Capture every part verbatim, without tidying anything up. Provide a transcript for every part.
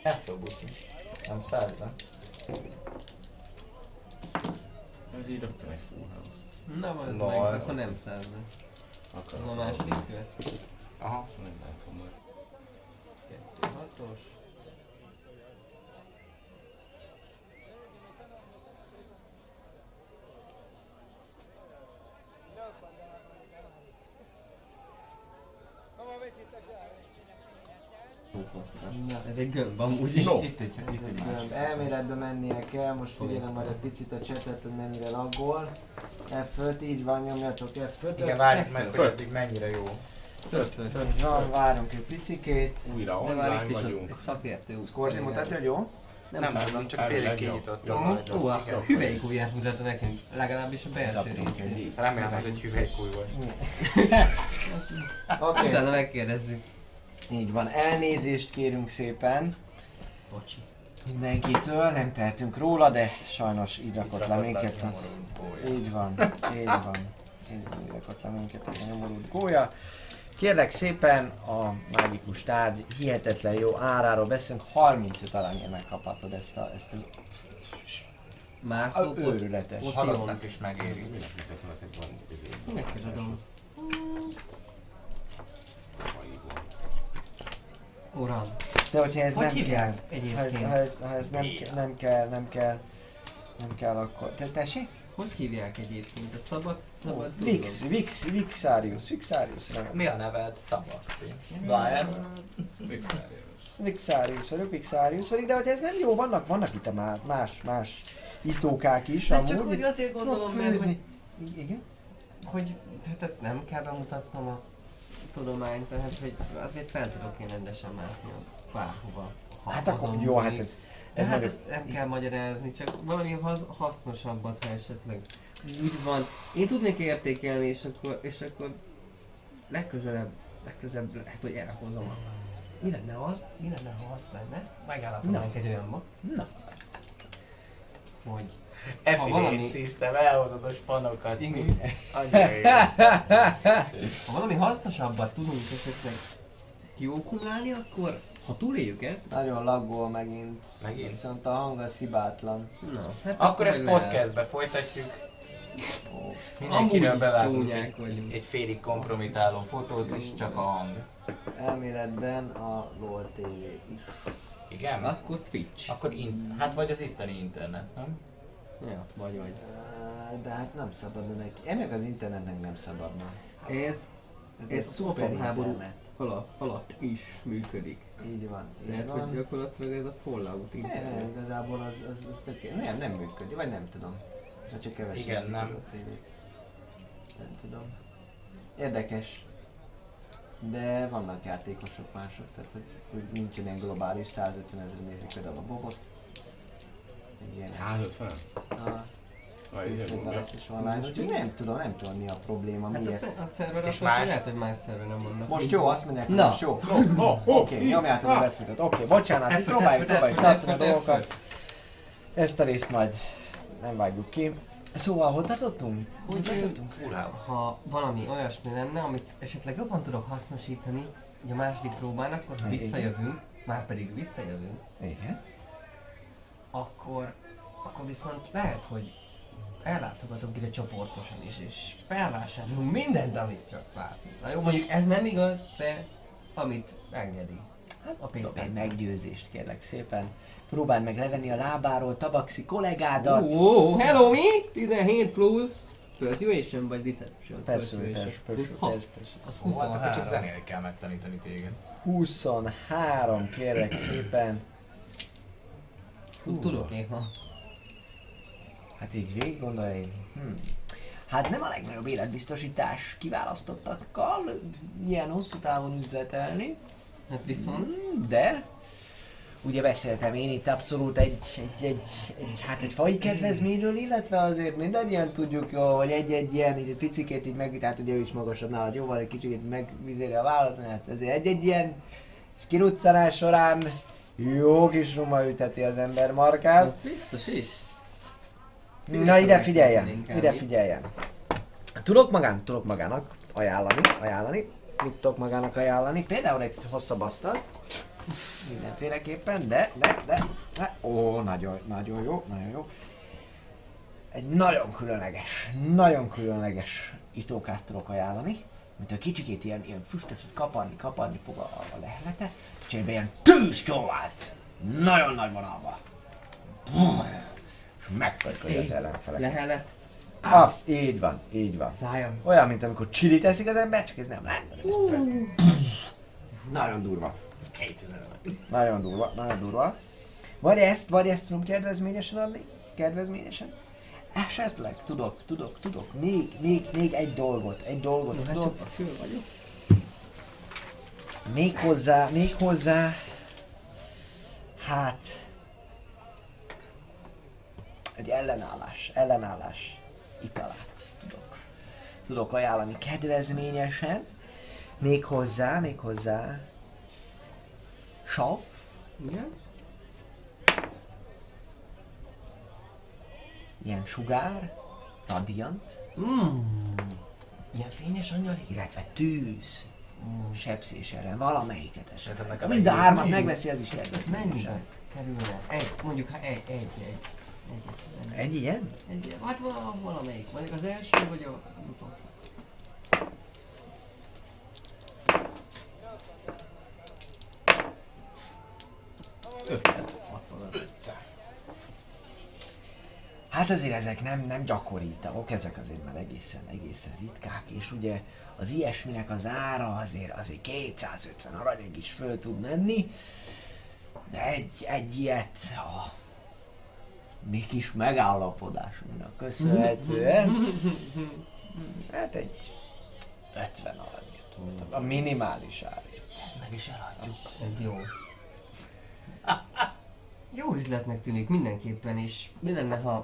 Játszol buci. Nem száll le. Ez így rögtön egy full house. Na majd Lol. meg, akkor nem százna. Akarod. Az a második kör? Aha. Minden fog majd. Kettő hatos. Na, ez egy gömb amúgy is. No. Itt egy, itt egy Nem, másik. elméletbe mennie kell, most figyelem majd egy picit a chatet, hogy mennyire laggol. ef öt, így van, nyomjatok ef ötöt. Igen, várjuk meg, hogy Föld. eddig mennyire jó. Föld, föld. Így van, várunk egy picikét. Újra De már online itt is vagyunk. egy szakértő út. Skorzi mutatja, hogy jó? Nem, Nem, tudom. nem, csak elvileg félig jó. kinyitottam. Jó. majd. Ó, a Igen. hüvelykújját mutatta nekünk, legalábbis a belső Kaptunk részét. egy Remélem ez egy hüvelykúj volt. Oké, okay. Utána megkérdezzük. Így van, elnézést kérünk szépen Bocsi. mindenkitől, nem tehetünk róla, de sajnos így rakott le minket. Az... Az... Így van, így van. Így van, így rakott le minket ez a nyomorult gólya. Kérlek szépen, a mágikus tárgy hihetetlen jó áráról beszélünk, harmincöt aranyért megkaphatod ezt a, ezt az Mászót ott. őrületes. Ott Halottnak is megéri. Minek mutatnak egy van izé. Minek ez adom? Uram. De hogyha ez Hogy nem hívják kell, ha ez, egyébként? ha ez, ha ez nem, ke- nem kell, nem kell, nem kell akkor... Te tessék? Hogy hívják egyébként? A szabad? Szabad Vix, Vix, Vixarius, Vixarius neve. Mi a neved? Tabaxi. Brian? Vixarius vagyok, Vixarius vagyok, de hogyha ez nem jó, vannak, vannak itt a má- más, más itókák is, De amúgy. csak úgy azért gondolom, mert hogy, főzni. Igen? hogy tehát nem kell bemutatnom a tudományt, tehát hogy azért fel tudok én rendesen mászni bárhova. ha Hát akkor azon jó, hát múlik. ez... De ez hát nagyon- ezt nem kell magyarázni, csak valami hasz, hasznosabbat, ha esetleg úgy van. Én tudnék értékelni, és akkor, és akkor legközelebb, legközelebb lehet, hogy elhozom a... Mi lenne az? Mi lenne, ha az lenne? Megállapodnánk egy olyanba, Na, hogy Affiliate valami- system, elhozod a spanokat. Igen. Annyira jó. ha valami hasznosabbat tudunk esetleg kiókumálni, akkor ha túléljük ezt, nagyon laggol megint. Megint? Viszont a hang az hibátlan. na, hát Akkor ezt meg lehet. podcastbe folytatjuk. Amúgy Mindenkiről is bevágunk csúnyák egy, vagyunk. egy félig kompromitáló fotót, és csak a hang. Elméletben a LOL té vé is. Igen? Akkor Twitch. Akkor in- hát vagy az itteni internet, nem? Ja, vagy vagy. Á, De hát nem szabadna neki. Ennek az internetnek nem szabadna. Ez, ez a szuper szuper háború internet. alatt, alatt is működik. Így van. Így Lehet, van. hogy gyakorlatilag ez a Fallout Nem, internet. igazából az, az, az tökéletes. Nem, nem működik, vagy nem tudom. Ha csak kevesen Igen, nézik nem. a tévét. Nem tudom. Érdekes. De vannak játékosok mások, tehát hogy, hogy nincsen ilyen globális, százötven ezer nézik például a Bobot. Egy ilyen százötven? a Vagy izé részében mondja. lesz is online, úgyhogy nem tudom, nem tudom mi a probléma, Hát a, miért. sze- a szerver És és más- más... lehet, hogy más szerveren vannak. Most jó, azt mondják, hogy Na. most jó. Oh, oh, Oké, nyomjátok az ef ötöt. Oké, bocsánat, F öt, próbáljuk, F öt, próbáljuk F öt, tartani a F öt, dolgokat. F öt. Ezt a részt majd nem vágjuk ki. Szóval, hol tartottunk? Hol Úgy, tartottunk? Full house. ha valami olyasmi lenne, amit esetleg jobban tudok hasznosítani, ugye a második próbának, akkor ha Igen. visszajövünk, már pedig visszajövünk, Igen. akkor, akkor viszont lehet, hogy ellátogatunk ide csoportosan is, és felvásárolunk mindent, amit csak várunk. Na jó, mondjuk ez nem igaz, de amit engedi. Hát, A dob egy pénztárca. meggyőzést, kérlek szépen. Próbáld meg levenni a lábáról Tabaxi kollégádat. Ó, hello mi? tizenhét plusz persuasion vagy deception? Persze, persze, persze, huszonhat. persze, persze. Az Hú, hát akkor csak huszonhárom. zenélni kell megtanítani téged. huszonhárom, kérlek szépen. Hú. Tudok én, ha. Hát így végig gondolj. Hm. Hát nem a legnagyobb életbiztosítás kiválasztottakkal ilyen hosszú távon üzletelni, Hát viszont, de ugye beszéltem én itt abszolút egy, egy, egy, egy, hát egy fai kedvezményről, illetve azért mindannyian tudjuk jó, hogy egy-egy ilyen így egy picikét így meg, tehát ugye ő is magasabb nálad jóval, egy kicsit megvizéli a vállalat, hát ezért egy-egy ilyen kiruccanás során jó kis ruma üteti az ember markát. az biztos is. Na ide figyeljen, megtennénk ide ám. figyeljen. Tudok magán, tudok magának ajánlani, ajánlani. Mit tudok magának ajánlani? Például egy hosszabb asztalt. Mindenféleképpen, de, de, de, de. Ó, nagyon, nagyon jó, nagyon jó. Egy nagyon különleges, nagyon különleges itókát tudok ajánlani. Mint a kicsikét ilyen, ilyen füstös, hogy kaparni, kaparni fog a, a lehlete. Cserébe ilyen tűzcsóvát! Nagyon nagy vonalba. És megpörköli az ellenfeleket. Lehelet. Absz, így van, így van. Szájam. Olyan, mint amikor csilit eszik az ember, csak ez nem lehet. Ez nagyon durva. Nagyon durva, nagyon durva. Vagy ezt, vagy ezt tudom kedvezményesen adni? Kedvezményesen? Esetleg tudok, tudok, tudok. Még, még, még egy dolgot, egy dolgot Hát tudok. csak föl vagyok. Még hozzá, még hozzá. Hát... Egy ellenállás, ellenállás italát tudok. Tudok ajánlani kedvezményesen. Még hozzá, még hozzá. Sav. Igen? Ilyen sugár. Radiant. Mm. Ilyen fényes angyal. Illetve tűz. Mm. Sebzés ellen. Valamelyiket esetleg. nekem Mind a egy- hármat mennyi- megveszi, az is kedvezményesen. Mennyibe kerülne? Egy, mondjuk hát egy, egy, egy. Egy, egy, Egy ilyen? egy, hát vala, valamelyik. Mondjuk az első vagy a utolsó. ötszázhatvan. Hát azért ezek nem, nem gyakori tagok, ezek azért már egészen, egészen ritkák, és ugye az ilyesminek az ára azért, azért kétszázötven aranyag is föl tud menni, de egy, egy ilyet a mi kis megállapodásunknak köszönhetően, hát egy ötven aranyért voltam, a minimális árért. Meg is eladjuk. Ez jó. Jó üzletnek tűnik mindenképpen, és mi lenne, ha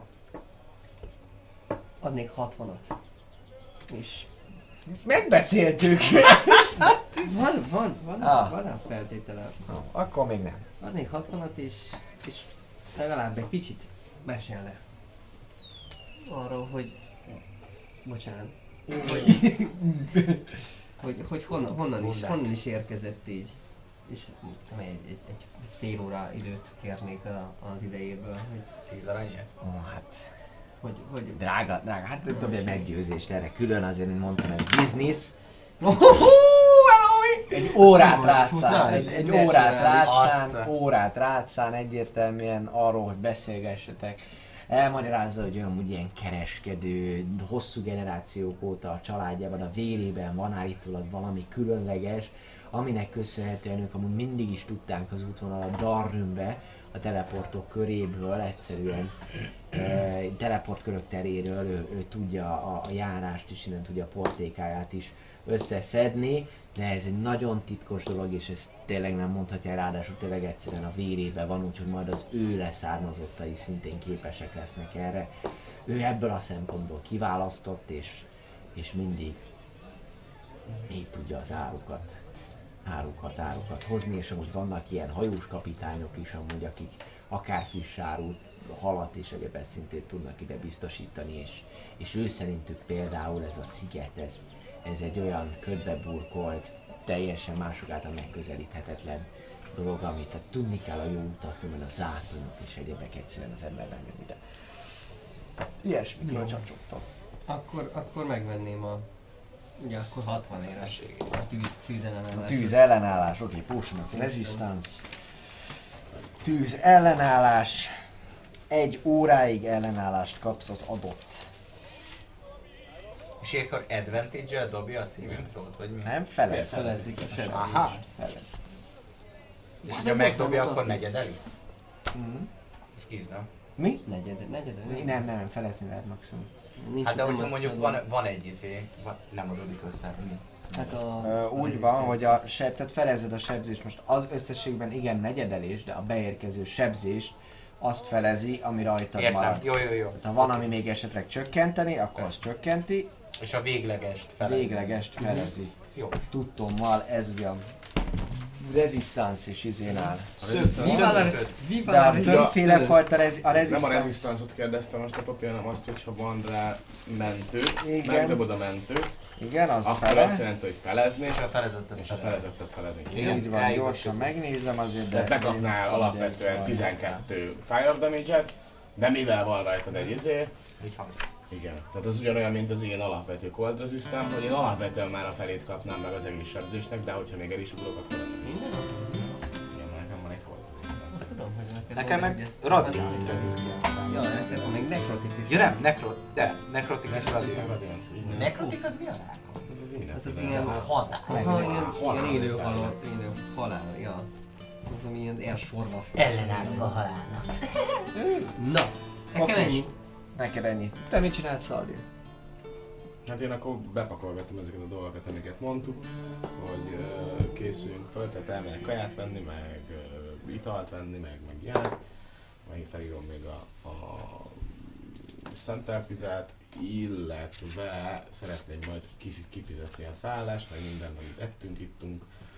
adnék hatvanat? És Megbeszéltük! van, van, van, Ah. van a feltétele. Akkor még nem. Adnék hatvanat, és, és legalább egy kicsit mesélne arról, hogy... Bocsánat. Hogy, hogy, hogy honnan, honnan, is, honnan is érkezett így. És tudom, egy, egy, egy fél óra időt kérnék a, az idejéből, hogy, Tíz aranyért? Ó, hát... hogy, hogy... Drága, drága, hát nem tudom, egy meggyőzést erre külön, azért, mint mondtam, egy biznisz. Egy órát rátszán, egy, egy órát rátszán, Azt. órát rátszán egyértelműen arról, hogy beszélgessetek. Elmagyarázza, hogy olyan úgy ilyen kereskedő, hosszú generációk óta a családjában, a vérében van állítólag valami különleges, aminek köszönhetően ők amúgy mindig is tudták az útvonalat Darrümbe, a teleportok köréből, egyszerűen e, teleportkörök teréről, ő, ő tudja a, a járást is, innen tudja a portékáját is összeszedni, de ez egy nagyon titkos dolog, és ezt tényleg nem mondhatja, ráadásul tényleg egyszerűen a vérében van, úgyhogy majd az ő leszármazottai szintén képesek lesznek erre. Ő ebből a szempontból kiválasztott, és, és mindig így tudja az árukat, árukat, árukat hozni, és amúgy vannak ilyen hajós kapitányok is amúgy, akik akár friss árut, halat és egyebet szintén tudnak ide biztosítani, és, és ő szerintük például ez a sziget, ez, ez egy olyan ködbe burkolt, teljesen mások által megközelíthetetlen dolog, amit tehát tudni kell a jó utat, különben a zátonok és egyebek egyszerűen az ember nem jön ide. Ilyesmikről csacsogtam. Akkor, akkor megvenném a... Ugye akkor hatvan éves a tűz, tűzellenállás. Tűz ellenállás, oké, okay, Potion of Resistance. Tűz ellenállás. Egy óráig ellenállást kapsz az adott. És akkor advantage-el dobja a saving throw-t, vagy mi? Nem? Felez. Felezik a sebzést. Aha. Felez. És ha megdobja, akkor negyedeli? Mm. Ez kíz, nem? Mi? Negyed, negyed, Nem, nem, nem, felezni lehet maximum. Nincs, Hát de nem hogyha azt mondjuk mondom. van, van egy izé, van, nem adódik össze, mi? Hát a... Ö, úgy van, hogy a seb, tehát felezed a sebzést, most az összességben igen negyedelés, de a beérkező sebzést azt felezi, ami rajtad Értem, marad. jó, jó, jó. Tehát ha van, ami még esetleg csökkenteni, akkor az csökkenti, És a véglegest felezi. véglegest felezi. Jó. Tudtommal ez ugye a Resistance is izén áll. Szöntött. De a többféle fajta rezi- a Nem a resistance. rezisztancot kérdeztem most a papír, hanem azt, hogyha van rá mentő, Igen. megdobod a mentőt, Igen, az akkor fele. azt jelenti, hogy felezni, És a felezettet és a felezettet felezni. Így van, gyorsan megnézem azért, de... Tehát bekapnál alapvetően tizenkettő fire damage-et, de mivel van rajtad egy izé, Így van. igen. Tehát az ugyanolyan, mint az én alapvető cold resistem, hogy én alapvetően már a felét kapnám meg az egész sebzésnek, de hogyha még el is ugrok, akkor az Minden ott? igen, mert nekem van egy cold resistem. Azt tudom, hogy neked Nekem van meg egy- radiant resistance. Ja, neked van még nekrotik is. Ja nem, nekro... de, nekrotik és radiant. Radiant, így van. Nekrotik az mi a rá? Ez az én Hát az tudom. ilyen... Határ. Aha, ilyen, halál ilyen élő sztár. halál, élő halál, ja. Az, ami ilyen elsorvasztás. Ellenállok a halálnak. Na, nekem Oké. ennyi. Neked ennyi. Te mit csinálsz, Szaldi? Hát én akkor bepakolgatom ezeket a dolgokat, amiket mondtuk, hogy uh, készüljünk föl, tehát elmegyek kaját venni, meg uh, italt venni, meg, meg ilyenek. Meg felírom még a, a szentelt vizet, illetve szeretném majd kis- kifizetni a szállást, meg mindent, amit ettünk, ittunk.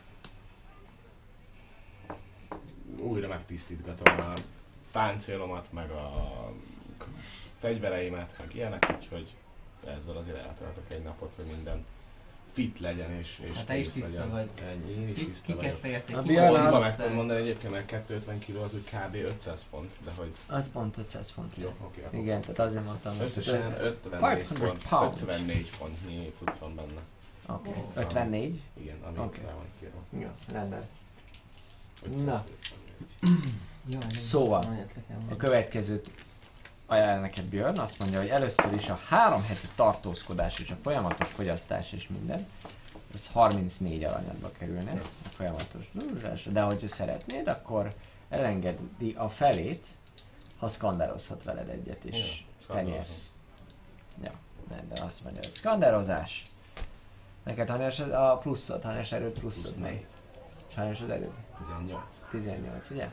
Újra megtisztítgatom a páncélomat, meg a k- fegyvereimet, meg ilyenek, úgyhogy ezzel azért eltöltök egy napot, hogy minden fit legyen és, és Hát te is kész tiszta legyen. vagy. Ennyi, én is Ki- tiszta Kiket vagyok. fejezték? A ki? Björn Pontban az- meg tudom mondani egyébként, mert kétszázötven kiló az úgy kb. ötszáz font, de hogy Az pont ötszáz font. jó, oké, akkor Igen, tehát azért mondtam. hogy- összesen ötvennégy ötszáz font, pound. ötvennégy fontnyi cucc van benne. Oké, ötvennégy. Igen, ami Oké. fel van kírva. Jó, rendben. ötszáz Na. ötvennégy. Jó, ennyi. Szóval, Annyit nekem van. a következőt ajánl neked Björn, azt mondja, hogy először is a három heti tartózkodás és a folyamatos fogyasztás és minden, ez harmincnégy aranyadba kerülne, a folyamatos dúzsás, de hogyha szeretnéd, akkor elengedi a felét, ha szkandározhat veled egyet, és Jó, te szkandározom. nyersz. Ja, nem, de azt mondja, hogy szkandározás. Neked hanyas a pluszod, hanyas erőd pluszod meg. És hanyas az erőd? tizennyolc. tizennyolc, ugye?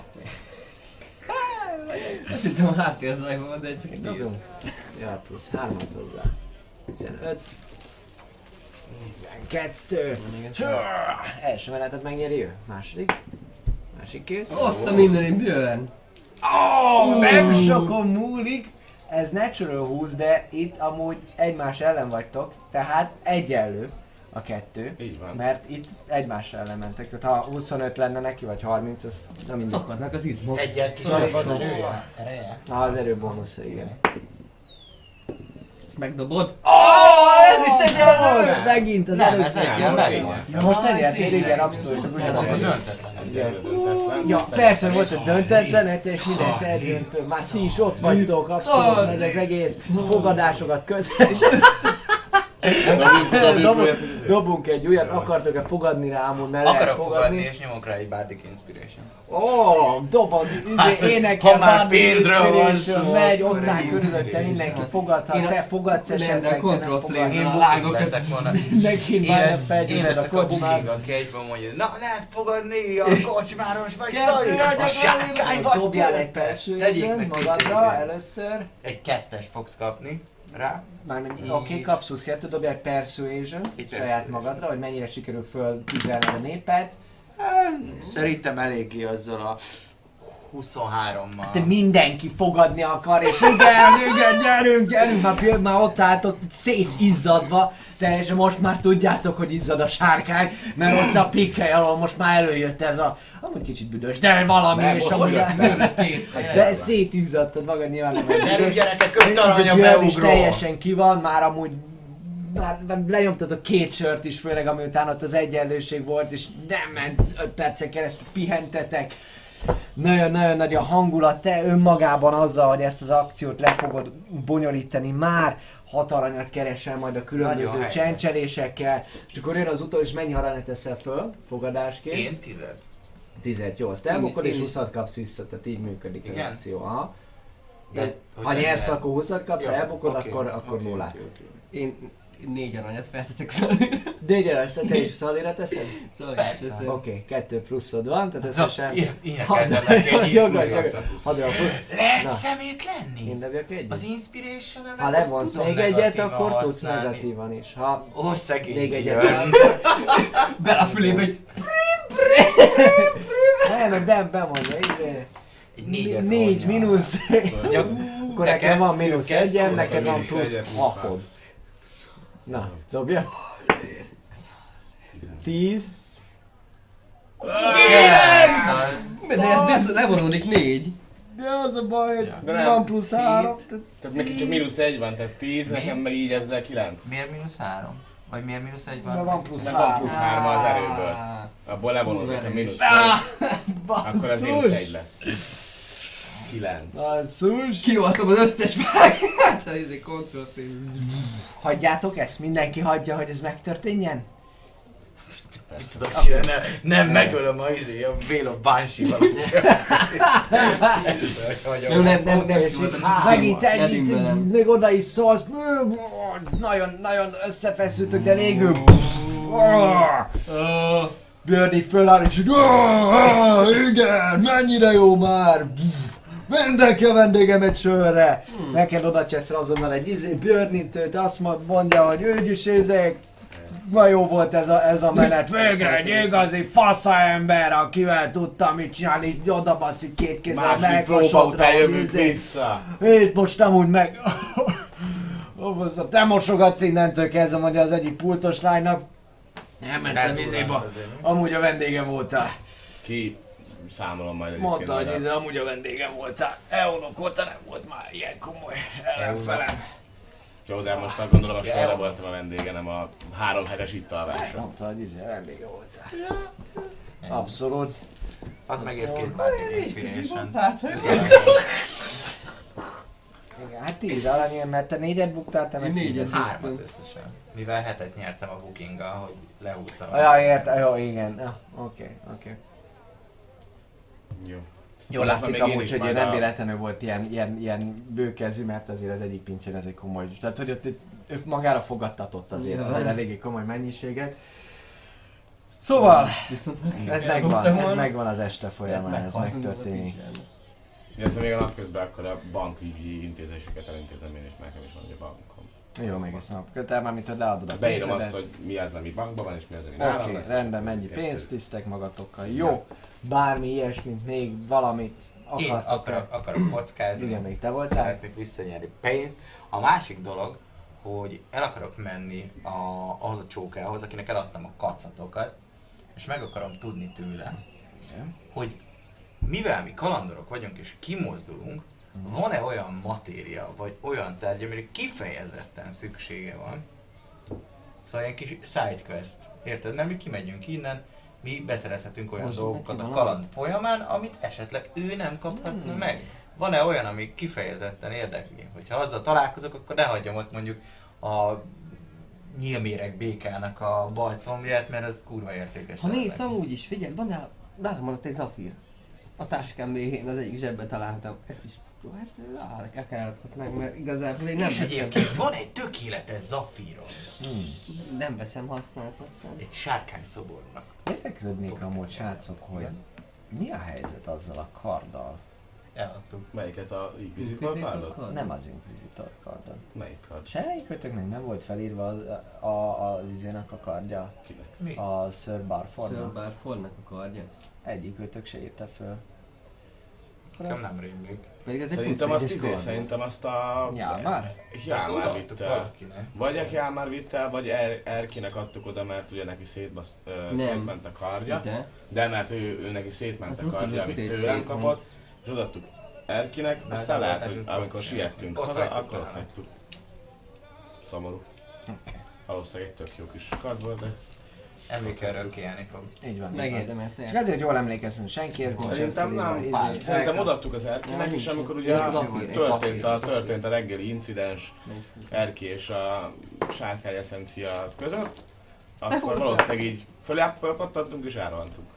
Azt hittem a háttérzajban van, de csak Egy tíz. dobjunk. Ja, plusz hármat hozzá. tizenöt. tizenkettő. Első menetet megnyeri ő. Második. Másik kész. Azt a mindenit, Björn! Oh, meg sokon múlik. Ez natural húsz, de itt amúgy egymás ellen vagytok, tehát egyenlő a kettő. Így van. Mert itt egymás ellen mentek, tehát ha huszonöt lenne neki, vagy harminc, az nem mindegy. Szakadnak az izmok. Egyel kisebb az erője. Ereje. Na, az erőbónusz, igen. Ezt megdobod? Oh, ez is egy erő! Megint az Nem, először. ez egy Nem, meg nem. van. Ja, most elértél, tényleg. igen, abszolút, az Akkor ugyanaz. döntetlen. Igen. Döntetlen. Ja, persze volt egy döntetlen, és mindent eldöntő. Már ti is ott vagytok, abszolút megy az egész. Fogadásokat közel. Dobjunk- dobjunk Dobunk, olyat, hogy- dobunk egy újat, akartok-e fogadni rá, amúgy mert lehet Akarok fogadni fogadni? és nyomok rá egy Bardic Inspiration. Ó, oh, dobod, Hát, izé, énekel ha már már pénzről van Inspiration, szó, megy, ott akkor áll egy körülötte Inspiration. mindenki fogadhat, Én a- te fogadsz Nem, de esetleg, a te nem control flame-nál fogadsz. a lángok Veszek volna. Megint már a Én fegyvered a leszek a kocsmában. buging, aki egyben mondja, na lehet fogadni a kocsmáros vagy Kettő Szali, a adjak sárkány Dobjál vagy egy tényleg. perső Tegyék érzőn meg magadra kitérően. először. Egy kettes fogsz kapni rá. Mármint, És- oké, okay, kapsz húsz kettőt, dobj egy persuasion Egy saját persuasion. magadra, hogy mennyire sikerül föltüzelni a népet. Szerintem eléggé azzal a huszonhárommal. De mindenki fogadni akar, és igen, igen, gyerünk, gyerünk, már, például már ott álltok szétizzadva, de és most már tudjátok, hogy izzad a sárkány, mert ott a pikkely alól most már előjött ez a, amúgy kicsit büdös, de valami, Nem, és most amúgy, jött Két. de szétizzadtad magad nyilván nem egy Gyerünk büdös. gyerekek, öt arany a Björn is beugró. teljesen ki van, már amúgy már már lenyomtad a két sört is, főleg amiután ott az egyenlőség volt, és nem ment öt percen keresztül pihentetek. Nagyon-nagyon nagy a hangulat, te önmagában azzal, hogy ezt az akciót le fogod bonyolítani, már hat aranyat keresel majd a Nagyon különböző helyes. csencselésekkel, és akkor jön az utolsó, és mennyi aranyat teszel föl fogadásként? Én tized. Tízet, jó, azt Én- elbukod én és is. huszat kapsz vissza, tehát így működik az Igen? akció. Aha. De, De, hogy ha legyen- nyersz, akkor huszat kapsz, ha Jó, elbukod, oké, akkor, akkor Oké, nullát. oké, oké. Én négy aranyat feltettek Szalira. De gyere, te is Szalira teszed? Persze. Oké, okay, kettő pluszod van, tehát Szóval összesen... ilyen- Ilyenek Hat- kezdenek egy Jogos, Jézus. jogos. Hadd a plusz. Lehet Na. szemét lenni? Én dobjak egyet? Az inspiration Ha levonsz még egyet, akkor tudsz negatívan is. Ha Ó, szegény még egyet Björn. levonsz, Bele a fülébe egy... Nem, hogy ben, bemondja, izé. Egy négyet Négy vonja. mínusz. Akkor nekem van mínusz kezd egyen, szólni, neked van mínusz plusz egyet, plusz hatod. Na, dobja. Tíz. De ez vissza levonódik négy. De az a baj, hogy De nem. van plusz három. Tehát neki csak mínusz egy van, tehát tíz, nekem meg így ezzel kilenc. Miért mínusz három? Vagy miért mínusz egy van? De van plusz Meg van három. plusz hárma az erőből. Abból levonódik a mínusz Ah, egy. Akkor ez mínusz egy lesz. kilenc. Basszus. Kioltam az összes vágát. Ez egy kontrollfilm. Hagyjátok ezt? Mindenki hagyja, hogy ez megtörténjen? Mit tudok csinálni? Nem, nem megölöm a izé, a Vélo Banshee-val. Jó, nem, nem, nem. És kioltam, így csak megint nem ennyit, velem. még oda is szólsz. Nagyon, nagyon összefeszültök, de végül. Björni föláll és így, igen, mennyire jó már. Mindenki a vendégem egy sörre. Neked oda csesz azonnal egy izé Björnitőt, azt mondja, hogy ő is izék. Ma jó volt ez a, ez a menet, végre egy igazi fasza ember, akivel tudtam mit csinálni, így odabaszik két kézzel a Második próba melkasodra, után hogy jövünk izé. vissza. Itt most nem úgy meg... Te mosogatsz innentől kezdve, mondja az egyik pultos lánynak. Nem mentem izéba, amúgy a vendégem voltál. Ki számolom majd egyébként. Mondta, hogy vele. izé, amúgy a vendégem voltál. Eonok óta nem volt már ilyen komoly ellenfelem. Jó, de most már gondolom a Ja, sorra jó. voltam a vendége, nem a három hetes italvásra. Mondta, hogy izé, vendége voltál. Abszolút. Az megér két Bardic Inspiration. Hát, hogy Igen, hát tíz aranyért, mert te négyet buktál, te meg Négyet. tízet. Hármat összesen. Mivel hetet nyertem a bookinggal, hogy lehúztam. Ja, érte, jó, igen. Ja, oké, oké. Jó. Jól Illetve látszik még én amúgy, is hogy ő majd nem a- véletlenül volt ilyen, ilyen, ilyen bőkezű, mert azért az egyik pincén ez egy komoly... Tehát, hogy ott ő magára fogadtatott azért, Ja. azért eléggé komoly mennyiséget. Szóval, viszont ez megvan, ez megvan az este folyamán, ez megtörténik. Illetve még a napközben akkor a bankügyi intézéseket elintézem én is, mert nekem is van ugye bankom. Jó, még ezt nap. Kötel már, mint hogy leadod a Beírom azt, pénzedet. hogy mi az, ami bankban van, és mi az, ami nálam Oké, lesz. rendben, mennyi Egyszerű. pénzt tisztek magatokkal. Jó, bármi ilyesmit, még valamit Én akartok. akarok, akarok kockázni. Igen, még te voltál. Szeretnék visszanyerni pénzt. A másik dolog, hogy el akarok menni a, ahhoz a csókához, akinek eladtam a kacatokat, és meg akarom tudni tőle, Igen. hogy mivel mi kalandorok vagyunk és kimozdulunk, van-e olyan matéria, vagy olyan tárgy, amire kifejezetten szüksége van. Szóval ilyen kis sidequest. Érted? Mert mi kimegyünk innen, mi beszerezhetünk olyan Hozzuk dolgokat neki a valamit. kaland folyamán, amit esetleg ő nem kaphatna meg. Van-e olyan, ami kifejezetten érdekli? Hogyha azzal találkozok, akkor ne hagyjam ott mondjuk a nyílméreg békának a balcombját, mert az kurva értékes. Ha lehet nézd, neki. amúgy is, figyelj, van nálam, nálam maradt egy zafír. A táskám végén az egyik zsebben találtam. Ezt is, hát áll, akáráltathat meg, mert igazából még nem És veszem. egyébként van egy tökéletes zafírom. Nem veszem használt aztán. Egy sárkány szobornak. Érdeklődnék amúgy, srácok, hogy mi a helyzet azzal a karddal? Eladtuk. Melyiket a Inquisitor kardot? Nem az Inquisitor kardon. Melyik kard? Semmelyikőtöknek nem volt felírva az, a, az izének a kardja? Kinek? Mi? A Sir Barfordnak? Szörbár Fordnak a kardja. Egyikőtök se írta föl. Akkor Nekem azt- nem rémlik. Pedig ez egy Szerintem puszi azt egyes izé, kard. szerintem azt a... Jálmár? Azt Jálmár odaadtuk vitte el. valakinek. Vagy a Jálmár vitte el, vagy er, Erkinek adtuk oda, mert ugye neki szétbasz, ö, Nem. szétment a kardja. De? De mert ő, ő neki szétment Az a úgy kardja, tudod, amit hogy tőlem szétment. kapott, és odaadtuk Erkinek, Mert aztán nem lehet, volt hogy nekünk amikor professzionális. siettünk Ott haza, hagytuk akkor ott talán. hagytuk. Szomorú. Valószínűleg egy tök jó kis kard volt, de Emléke örökélni fog. Így van. így van. Megérdemelte. Csak azért jól emlékeztem, senki ez nincs. szerintem nem. felírva, izé. Szerintem odaadtuk az Erkinek, Nem, és nincs. amikor ugye Egy zafír, egy történt a, zafír. történt a reggeli incidens Erki és a sárkány eszencia között, akkor voltál. valószínűleg így fölé fölpattantunk és elrohantunk.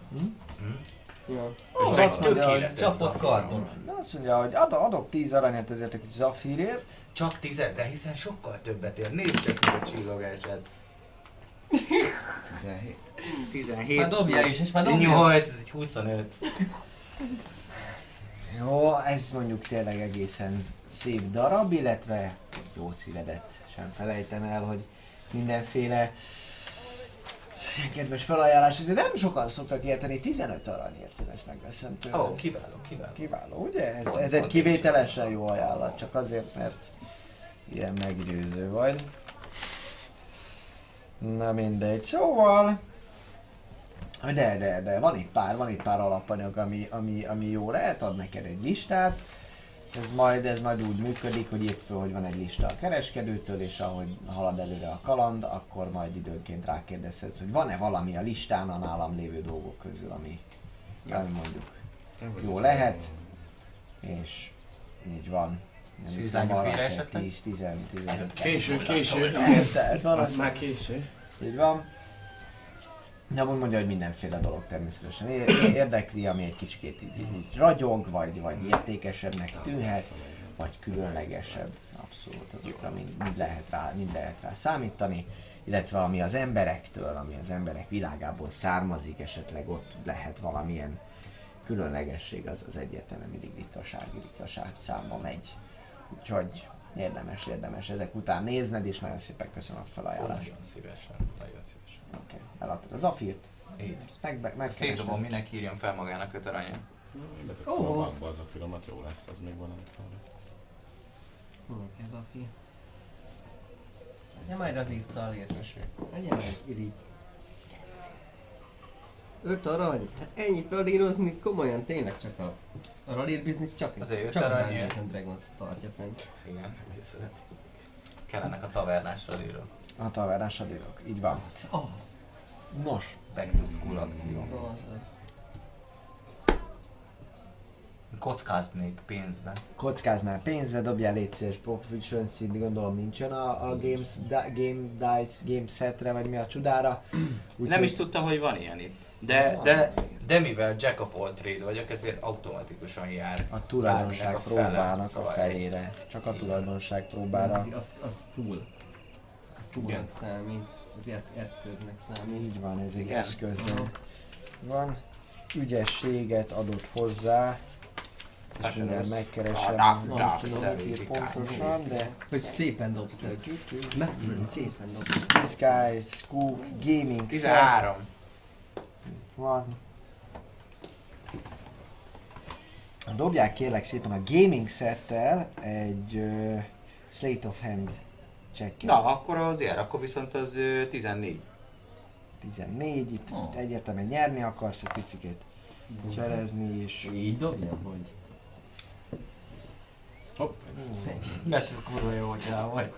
Ja. Ez Az egy azt mondja, hogy tökéletes csapott zafírom. kardon. De azt mondja, hogy ad, adok tíz aranyat ezért a kis zafírért. Csak tized, de hiszen sokkal többet ér. Nézd csak meg a csillogását. tizenhét. tizenhét. Már dobjál is, és már dobjál. nyolc, ez egy huszonöt. Jó, ez mondjuk tényleg egészen szép darab, illetve jó szívedet sem felejtem el, hogy mindenféle Ilyen kedves felajánlás, de nem sokan szoktak érteni, tizenöt aranyért, én ezt megveszem tőle. Ó, oh, kiváló, kiváló. Kiváló, ugye? Ez, ez egy kivételesen jó ajánlat, csak azért, mert ilyen meggyőző vagy. Na mindegy, szóval... De, de, de, van itt pár, van itt pár alapanyag, ami, ami, ami jó lehet, ad neked egy listát. Ez majd, ez majd úgy működik, hogy írd föl, hogy van egy lista a kereskedőtől, és ahogy halad előre a kaland, akkor majd időnként rákérdezhetsz, hogy van-e valami a listán a nálam lévő dolgok közül, ami, ami mondjuk jó lehet, és így van. Szűzlányok vére esetleg? tíz tizenöt Késő, késő. Tehát van, Az már késő. így van. De úgy mondja, hogy mindenféle dolog természetesen é- érdekli, ami egy kicsikét így, így, így ragyog, vagy, vagy értékesebbnek tűnhet, vagy különlegesebb. Abszolút azokra mind, mind, lehet rá, mind lehet rá számítani. Illetve ami az emberektől, ami az emberek világából származik, esetleg ott lehet valamilyen különlegesség, az, az egyértelműen mindig ritkaság, ritkaság számba megy. Úgyhogy érdemes, érdemes ezek után nézned, és nagyon szépen köszönöm a felajánlást. Nagyon szívesen, nagyon szívesen. Oké, okay. Eladtad az Zafirt. Így. Meg, meg, meg Szétdobom, minek írjon fel magának öt aranyat. Betettem a magba az a filomat, jó lesz, az még van előtt. Hol ez a fi? Ja, majd a virtuál értesül. Legyen meg, irigy. Öt arany? Hát ennyit radírozni, komolyan tényleg csak a... A radír biznisz csak, Azért öt csak a aranyért. Dungeons and Dragons tartja fent. Igen, egészen. Kellenek a tavernás radírok. A tavernás radírok, így van. Az, az. Nos, Back to school akció. Az, az. Kockáznék pénzbe. kockáznál pénzbe, dobjál légy szíves proficiency, gondolom nincsen a, a games, da, game dice, game setre, vagy mi a csodára. Úgy, Nem hogy- is tudtam, hogy van ilyen itt. De, De, de mivel Jack of all trade vagyok, ezért automatikusan jár. A tulajdonság bárminek a fele, próbának a szóval felére. Csak a tulajdonság próbára. Az, az, az túl. Az túlnak számít. Az esz, eszköznek számít. Így van, ez egy Igen. eszköznél van. Ügyességet adott hozzá. És Persze, mindjárt ez- megkeresem, a hogy dark tudom, style itt indikál. pontosan, de... Hogy szépen dobsz el. Megfelelően szépen dobsz. Disguise, Cook, Gaming Set tizenhárom. van. Dobják kérlek szépen a Gaming Settel egy uh, Slate of Hand checket. Na, akkor az ilyen, akkor viszont az ö, tizennégy. tizennégy, itt, Oh. itt egyértelműen nyerni akarsz egy picikét cselezni is. Így dobjam, hogy? Hopp, Mert ez kurva jó, hogy el vagy.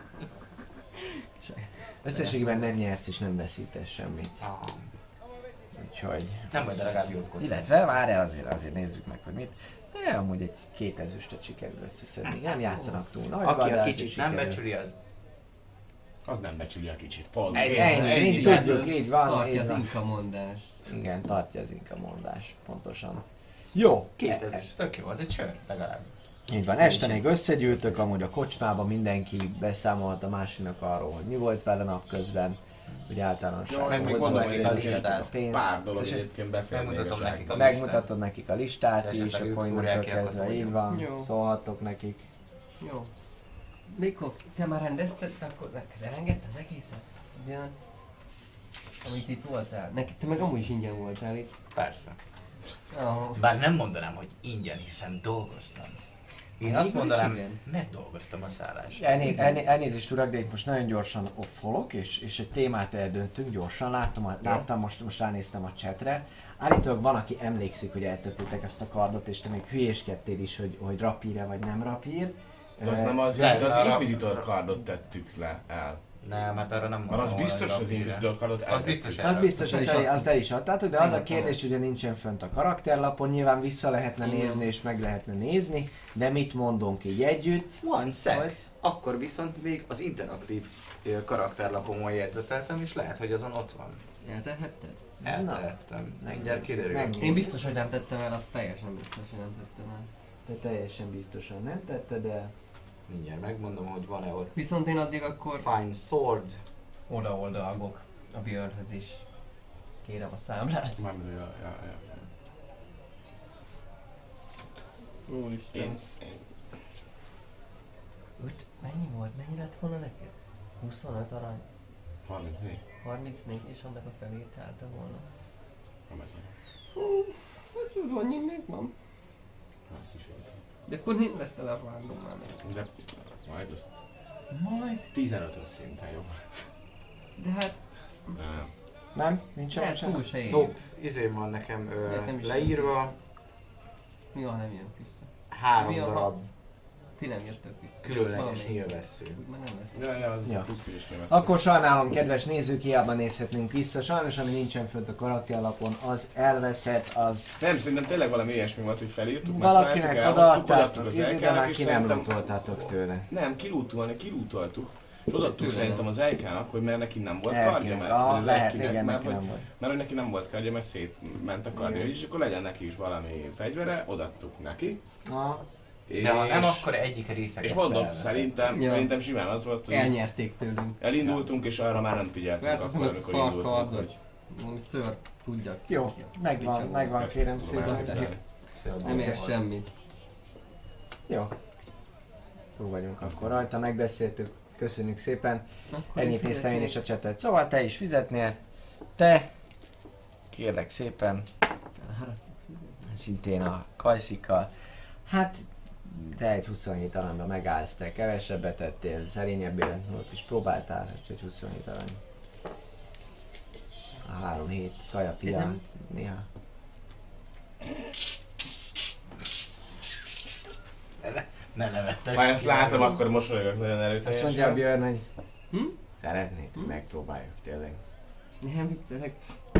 Összességében nem nyersz és nem veszítesz semmit. Ah, Úgyhogy... nem vagy, de legalább jót kockáz. Illetve várjál, azért, azért nézzük meg, hogy mit. De amúgy egy két ezüstöt sikerül összeszedni. Nem játszanak túl nagy, Aki de a azért kicsit Nem sikerül. becsüli, az az nem becsüli a kicsit. Pont. Ennyi, Kész, ennyi, ennyi. így tudjuk, így van, Tartja így az van. inka mondás. Igen, tartja az inka mondás, pontosan. Jó, két ezer, ez tök jó, az egy sör, legalább. így van, este még összegyűltök, amúgy a kocsmában mindenki beszámolt a másiknak arról, hogy mi volt vele napközben, hogy általánosságban Meg még hogy mondom, volt, hogy szétszedtek egy a pénzt. Pár dolog Tessék, egyébként befér még a megmutatom nekik zsákba. a Megmutatod nekik a listát is, Esetleg ők akkor szúrják innentől ki, akkor kezdve így tudjuk. van, Jó. szólhattok nekik. Jó. Mikor te már rendezted, akkor neked elengedte az egészet? Ugyan? Amit itt voltál. Neked te meg amúgy is ingyen voltál itt. Persze. Oh. Bár nem mondanám, hogy ingyen, hiszen dolgoztam. Én azt Végül is mondanám, igen. megdolgoztam a szállást. Elné, elné, elnézést urak, de itt most nagyon gyorsan off-holok, és, és egy témát eldöntünk gyorsan. Láttam, a, láttam most, most ránéztem a chatre. Állítólag van, aki emlékszik, hogy eltettétek ezt a kardot, és te még hülyéskedtél is, hogy, hogy rapír vagy nem rapír. De az Ö, nem az, Lehet, de az arra- Inquisitor kardot tettük le el. Nem, hát arra nem Mert mondom. az biztos, hogy az Inquisitor kardot Az eltettük. biztos Az el- biztos, Azt hogy el- el, azt el is adtátok, de az a Igen, kérdés, ugye nincsen fönt a karakterlapon, nyilván vissza lehetne Igen. nézni és meg lehetne nézni, de mit mondunk így együtt? One sec. Hogy? Akkor viszont még az interaktív ö, karakterlapomon jegyzeteltem, és lehet, hogy azon ott van. Eltehetted? Eltehettem. Mindjárt megnézzük, kiderül. megnézzük. Én biztos, hogy nem tettem el, azt teljesen biztos, hogy nem tettem el. Te teljesen biztosan nem tette, de... Mindjárt megmondom, hogy van-e ott. Viszont én addig akkor Fine sword. oda-oldalgok a Björnhöz is. Kérem a számlát. Mármint, ja, ja, ja. Úristen. Én, Öt? Mennyi volt? Mennyi lett volna neked? huszonöt arany? harmincnégy. harmincnégy és annak a felét állta volna. Nem ez nem. Hát az annyi még van. Hát is értem. De akkor nem lesz el a random már meg. De majd azt Majd. tizenötös szinten jó. De hát Nem. Nem? Nincs lehet semmi? túl se ér. No, izé van nekem ö, Nekem is leírva Mi van, nem jön vissza? három Mi a- darab Ti nem jöttök vissza. különleges Valamelyik. nyilvessző. Úgy már nem lesz. Ja, ja, az Ja. a plusz is nem Akkor sajnálom, kedves nézők, hiába nézhetnénk vissza. Sajnos, ami nincsen fönt a karakterlapon, az elveszett, az Nem, szerintem tényleg valami ilyesmi volt, hogy felírtuk, valakinek megtaláltuk, elhoztuk, odaadtuk odaadtátok, az izé, de Ejkának, már és ki nem szerintem... lootoltátok tőle. Nem, kilútolni, kilútoltuk. És odaadtuk Tőle szerintem nem. az Ejkának, hogy mert neki nem volt kardja, Elkinek, mert ah, vagy az lehet, Ejkinek, igen, mert, neki hogy, nem volt. mert hogy neki nem volt kardja, mert szétment a kardja, Igen. és akkor legyen neki is valami fegyvere, odaadtuk neki. Ah, De ha nem, akkor egyik részeket És mondom, elveszett. szerintem, Ja. szerintem simán az volt, hogy Elnyerték tőlünk. elindultunk, és arra már nem figyeltünk Felteszem akkor, ezt a amikor indultunk, szarkardot. hogy Valami ször, tudjak. jó, megvan, Nincs megvan, ezt kérem tudom szépen. elképzelni. Szóval Nem ér volt. semmit. Jó. Túl vagyunk akkor rajta, megbeszéltük. Köszönjük szépen. Akkor Ennyit én néztem én is fizetnék. a chatet. Szóval te is fizetnél. Te, kérlek szépen, szintén a kajszikkal. Hát, te egy huszonhét aranyba megállsz, te kevesebbet tettél, szerényebb életmódot is próbáltál, úgyhogy huszonhét arany. A három hét, kaja, pia, Nem. néha. Ne nevettek. Ha ezt látom, akkor mosolyogok nagyon Azt erőteljesen. mondja a Björn, hogy Hm? szeretnéd, hogy megpróbáljuk tényleg. Nem viccelek.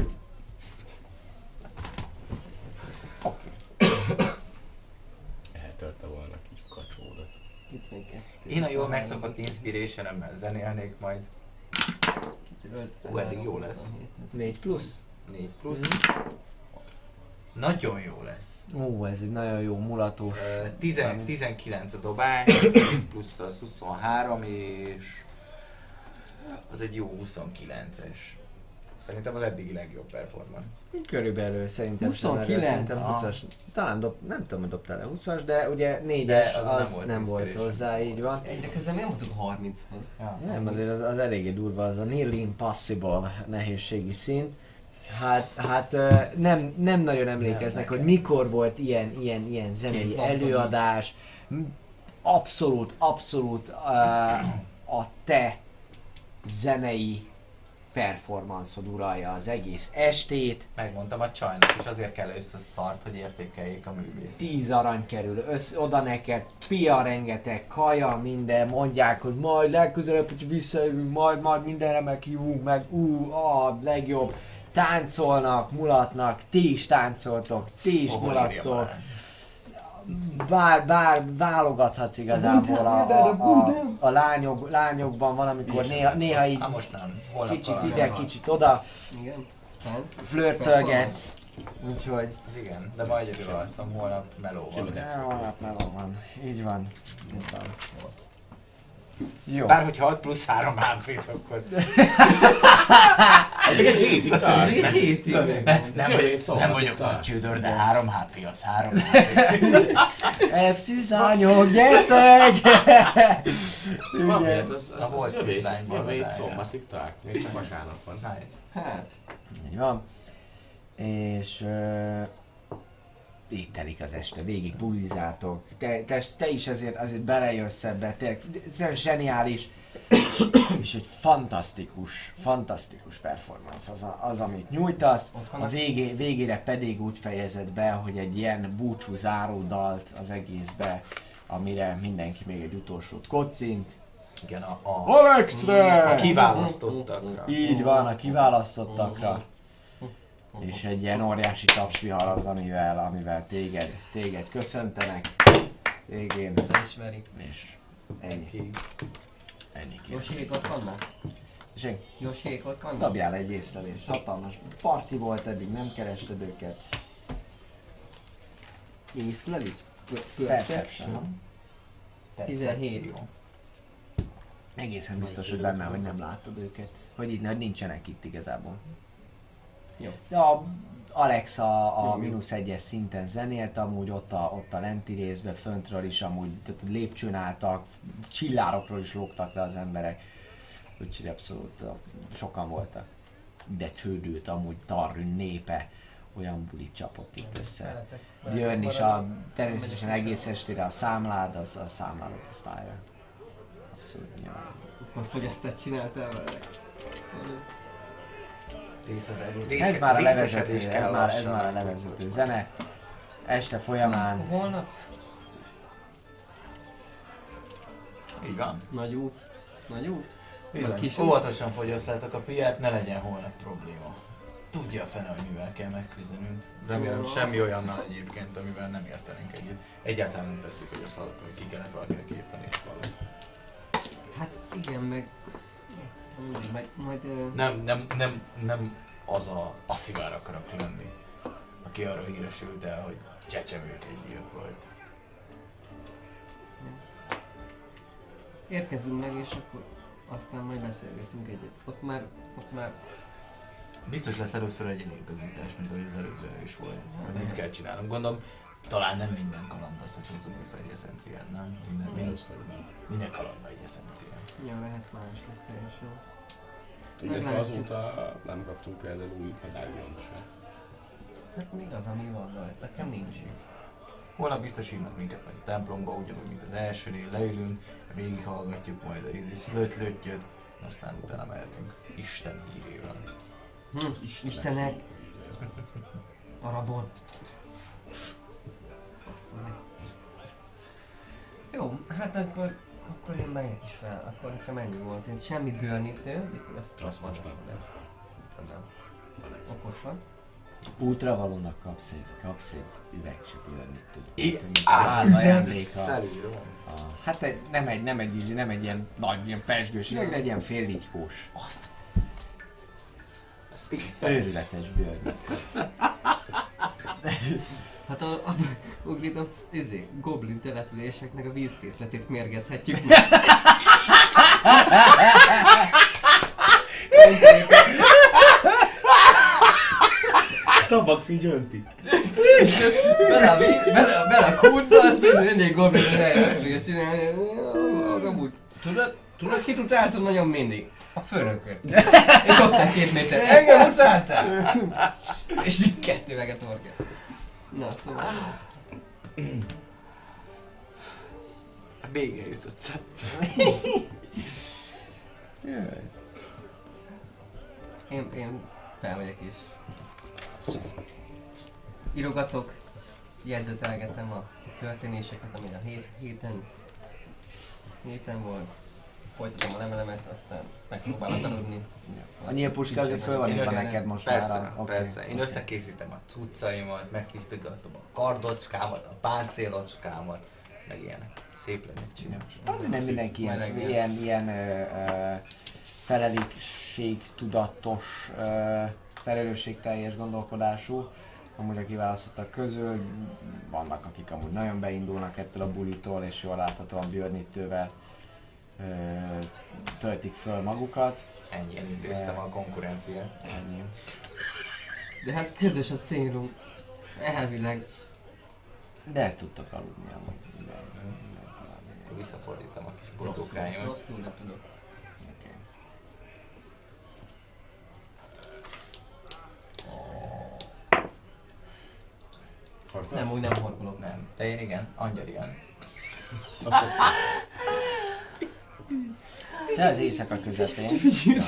Eltörte volna kis kacsódat. Itt van kettő. Én a jól megszokott inspiration-emmel zenélnék majd. Hú, eddig jó lesz. négy plusz? négy plusz. Nagyon jó lesz. Ó, ez egy nagyon jó mulató. Ö, tíz, tizenkilenc a dobás, plusz az huszonhárom, és az egy jó huszonkilences. Szerintem az eddigi legjobb performance. Körülbelül szerintem huszonkilenc? Szerintem Aha. huszas. Talán dob, nem tudom, hogy dobtál le huszas, de ugye De négyes az az, nem nem volt volt, nem volt inspiration. hozzá, így van. Egyre közben nem mondtuk harminchoz. Ja. Nem, azért az, az eléggé durva, az a nearly impossible nehézségi szint. Hát, hát ö, nem, nem nagyon emlékeznek, Nem, hogy mikor volt ilyen, ilyen, ilyen zenei Két napban. előadás. M- Abszolút, abszolút uh, a te zenei performanszod uralja az egész estét. Megmondtam a csajnak, és azért kell összeszart, hogy értékeljék a művészt. Tíz arany kerül össze, oda neked, pia rengeteg, kaja, minden, mondják, hogy majd legközelebb, hogy visszajövünk, majd, majd mindenre meghívunk, meg ú, a legjobb. Táncolnak, mulatnak, ti is táncoltok, ti is Hova írjam mulattok. alá? Bár, bár válogathatsz igazából a, a, a, a lányok, lányokban valamikor néha, néha így Hát most nem. Holnap kicsit talán ide, van. kicsit oda Igen. Tánc. flörtölgetsz. Úgyhogy... Az igen, de majd egyedül alszom, holnap meló van. Simán. Holnap meló van. Így van. Így van. Jó. Bár hogyha hat plusz három há pét, akkor Még egy hétig tart. Egy hétig nem, megvan. nem, Jövő hét vagyok, szombatig nem vagyok talán. nagy csődör, de három há pé az három há pé. Epszűz lányok, gyertek! Van Igen. miért, az, A az, volt az jövő hét- szűzlányban jövő hét odája. szombatig tart. Még csak vasárnap van. Nice. Hát. Így van. És uh, így telik az este, végig bulizátok. Te, te, te is ezért, azért belejössz ebbe, tényleg egyszerűen zseniális. És egy fantasztikus, fantasztikus performance az, a, az amit nyújtasz. A végé, végére pedig úgy fejezed be, hogy egy ilyen búcsú záródalt az egészbe, amire mindenki még egy utolsót kocint. Igen, a, a, Alexre! a kiválasztottakra. Így van, a kiválasztottakra. És egy ilyen óriási tapsvihar az, amivel, amivel téged, téged köszöntenek. Végén. Ismerik. És ennyi. Ki. Ennyi Josiék ott vannak? Tessék, Josiék ott vannak? dobjál egy észlelést. Hatalmas parti volt, eddig nem kerested őket. Észlelés? Perception. tizenhét. Egészen biztos, hogy benne, hogy nem láttad őket. Hogy így hogy nincsenek itt igazából. Jó. De a Alex a, a Jó, jó. mínusz egyes szinten zenélt, amúgy ott a, ott a lenti részben, föntről is amúgy, tehát a lépcsőn álltak, csillárokról is lógtak le az emberek. Úgyhogy abszolút uh, sokan voltak. ide csődült amúgy Tarrün népe, olyan bulit csapott itt össze. Veletek- Jön veletek is a, maradok. természetesen egész estére a számlád, az a számládot osztálja. Abszolút nyilván. Akkor fogyasztát csináltál vele? Ez már a levezető, ez már, ez már a levezető zene. Este folyamán Holnap? Így van. Nagy út. Nagy út? Bizony. Kis- Óvatosan fogyasszátok a piát, ne legyen holnap probléma. Tudja a fene, hogy mivel kell megküzdenünk. Remélem Jó. semmi olyannal egyébként, amivel nem értenénk együtt. Egyáltalán nem tetszik, hogy azt hallottam, hogy ki kellett valakinek írtani és valami. Hát igen, meg... Majd... majd ö... Nem, nem, nem, nem az a asszivár akarok lenni, aki arra híresült el, hogy csecsemőket gyilkolt. Érkezünk meg, és akkor aztán majd beszélgetünk egyet. Ott már... Ott már... Biztos lesz először egy időközítás, mint ahogy az előző is volt. Hogy mit kell csinálnom. Gondolom, talán nem minden kaland az, hogy hozzunk vissza egy eszenciát, nem? Minden, minden, minden kalandban egy eszenciát. Ja, lehet más lesz teljesen. Illetve Meglátjuk. azóta nem kaptunk például új medályon se. Hát még az, ami van rajta. Nekem nincs. Holnap biztos hívnak minket majd a templomba, ugyanúgy, mint az elsőnél leülünk, végighallgatjuk majd a ízi szlötlöttyöt, aztán utána mehetünk Isten hírével. Hm, Istenek! Arabon! Bassza meg. Jó, hát akkor, akkor én megyek is fel, akkor nekem ennyi volt. Én semmi bőrnítő, biztos azt Azt most nem. lesz. Nem. Okosan. útravalónak kapsz egy, kapsz egy üvegcsipőrnit. Igen, Áll ajándéka. felülről. A- Hát egy, nem egy, nem egy ízi, nem egy ilyen nagy, ilyen pesgős üveg, de egy ilyen fél ligykós. Azt. Ez tíz fel. Őrületes bőrnit. Hát a, a, ugrit a izé, goblin településeknek a vízkészletét mérgezhetjük meg. Tabax így önti. Bele a, víz- bele, a- bele a kútba, azt például mindig goblin el tudja csinálni. Amúgy, tudod, tudod, kit utáltam nagyon mindig? A főnököt. És ott egy két méter. Engem utáltál? És így kettő meg a torkát. Na szóval... Vége jutott. Jaj. Én, én felmegyek is. Írogatok, jegyzetelgetem a történéseket, ami a hét, héten, héten volt. Folytatom a levelemet, aztán megpróbálok aludni. A nyílpuska azért föl van Én írva össze- neked most Persze, már. a- oké, persze. Én oké. összekészítem a cuccaimat, megtisztogatom a kardocskámat, a páncélocskámat, meg ilyenek. Szép lenne csinálni. Azért nem mindenki ilyen, Majd reggel. ilyen, ilyen ö, ö, felelősségtudatos, ö, felelősségteljes gondolkodású. Amúgy a kiválasztottak közül vannak, akik amúgy nagyon beindulnak ettől a bulitól, és jól láthatóan bőrnítővel ö, töltik föl magukat. Ennyi, elintéztem a konkurenciát. Ennyi. De hát közös a célunk. Elvileg. De el tudtok aludni amúgy. Minden, minden találni. Akkor visszafordítom a kis Rosszul, boldogkáimat. rosszul, de tudok. Oké. Nem, úgy nem horkolok. Nem, de én igen, angyalian. Te az éjszaka közepén.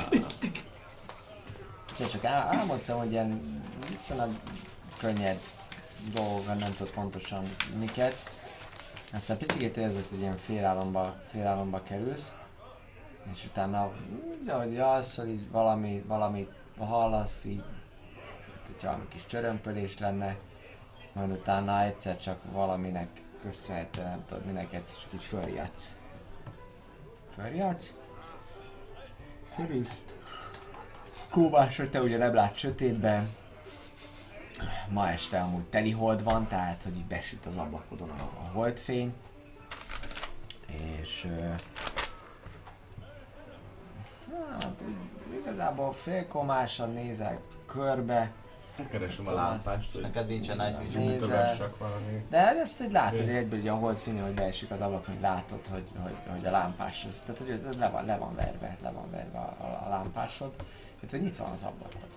Te csak ál- álmodsz, hogy ilyen viszonylag könnyed dolgokat, nem tudod pontosan miket. Aztán picit érzed, hogy ilyen félálomba, félálomba kerülsz. És utána, de hogy alsz, hogy így valami, valamit hallasz, így, hogyha valami kis csörömpölés lenne, majd utána egyszer csak valaminek köszönhetően, nem tudod, minek egyszer csak így följátsz. Följátsz? Fölülsz. Kóbás, hogy te ugye nem látsz sötétben. Ma este amúgy teli hold van, tehát hogy így besüt az ablakodon a, a holdfény. És... Uh, hát úgy igazából félkomásan nézel körbe. Keresem a lámpást, hogy Neked nincsen night vision. Nézd. mutogassak valami. De ezt hogy látod, hogy egyből ugye a holdfényen, hogy beesik az ablakon, hogy látod, hogy, hogy, hogy a lámpás, az, tehát hogy ez le van, le van verve, le van verve a, a, a lámpásod, tehát hogy nyitva van az ablakod.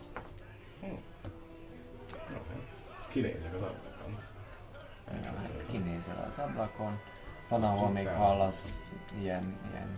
Kinézek az ablakon. Ja, hát kinézel az ablakon, van ahol még hallasz ilyen, ilyen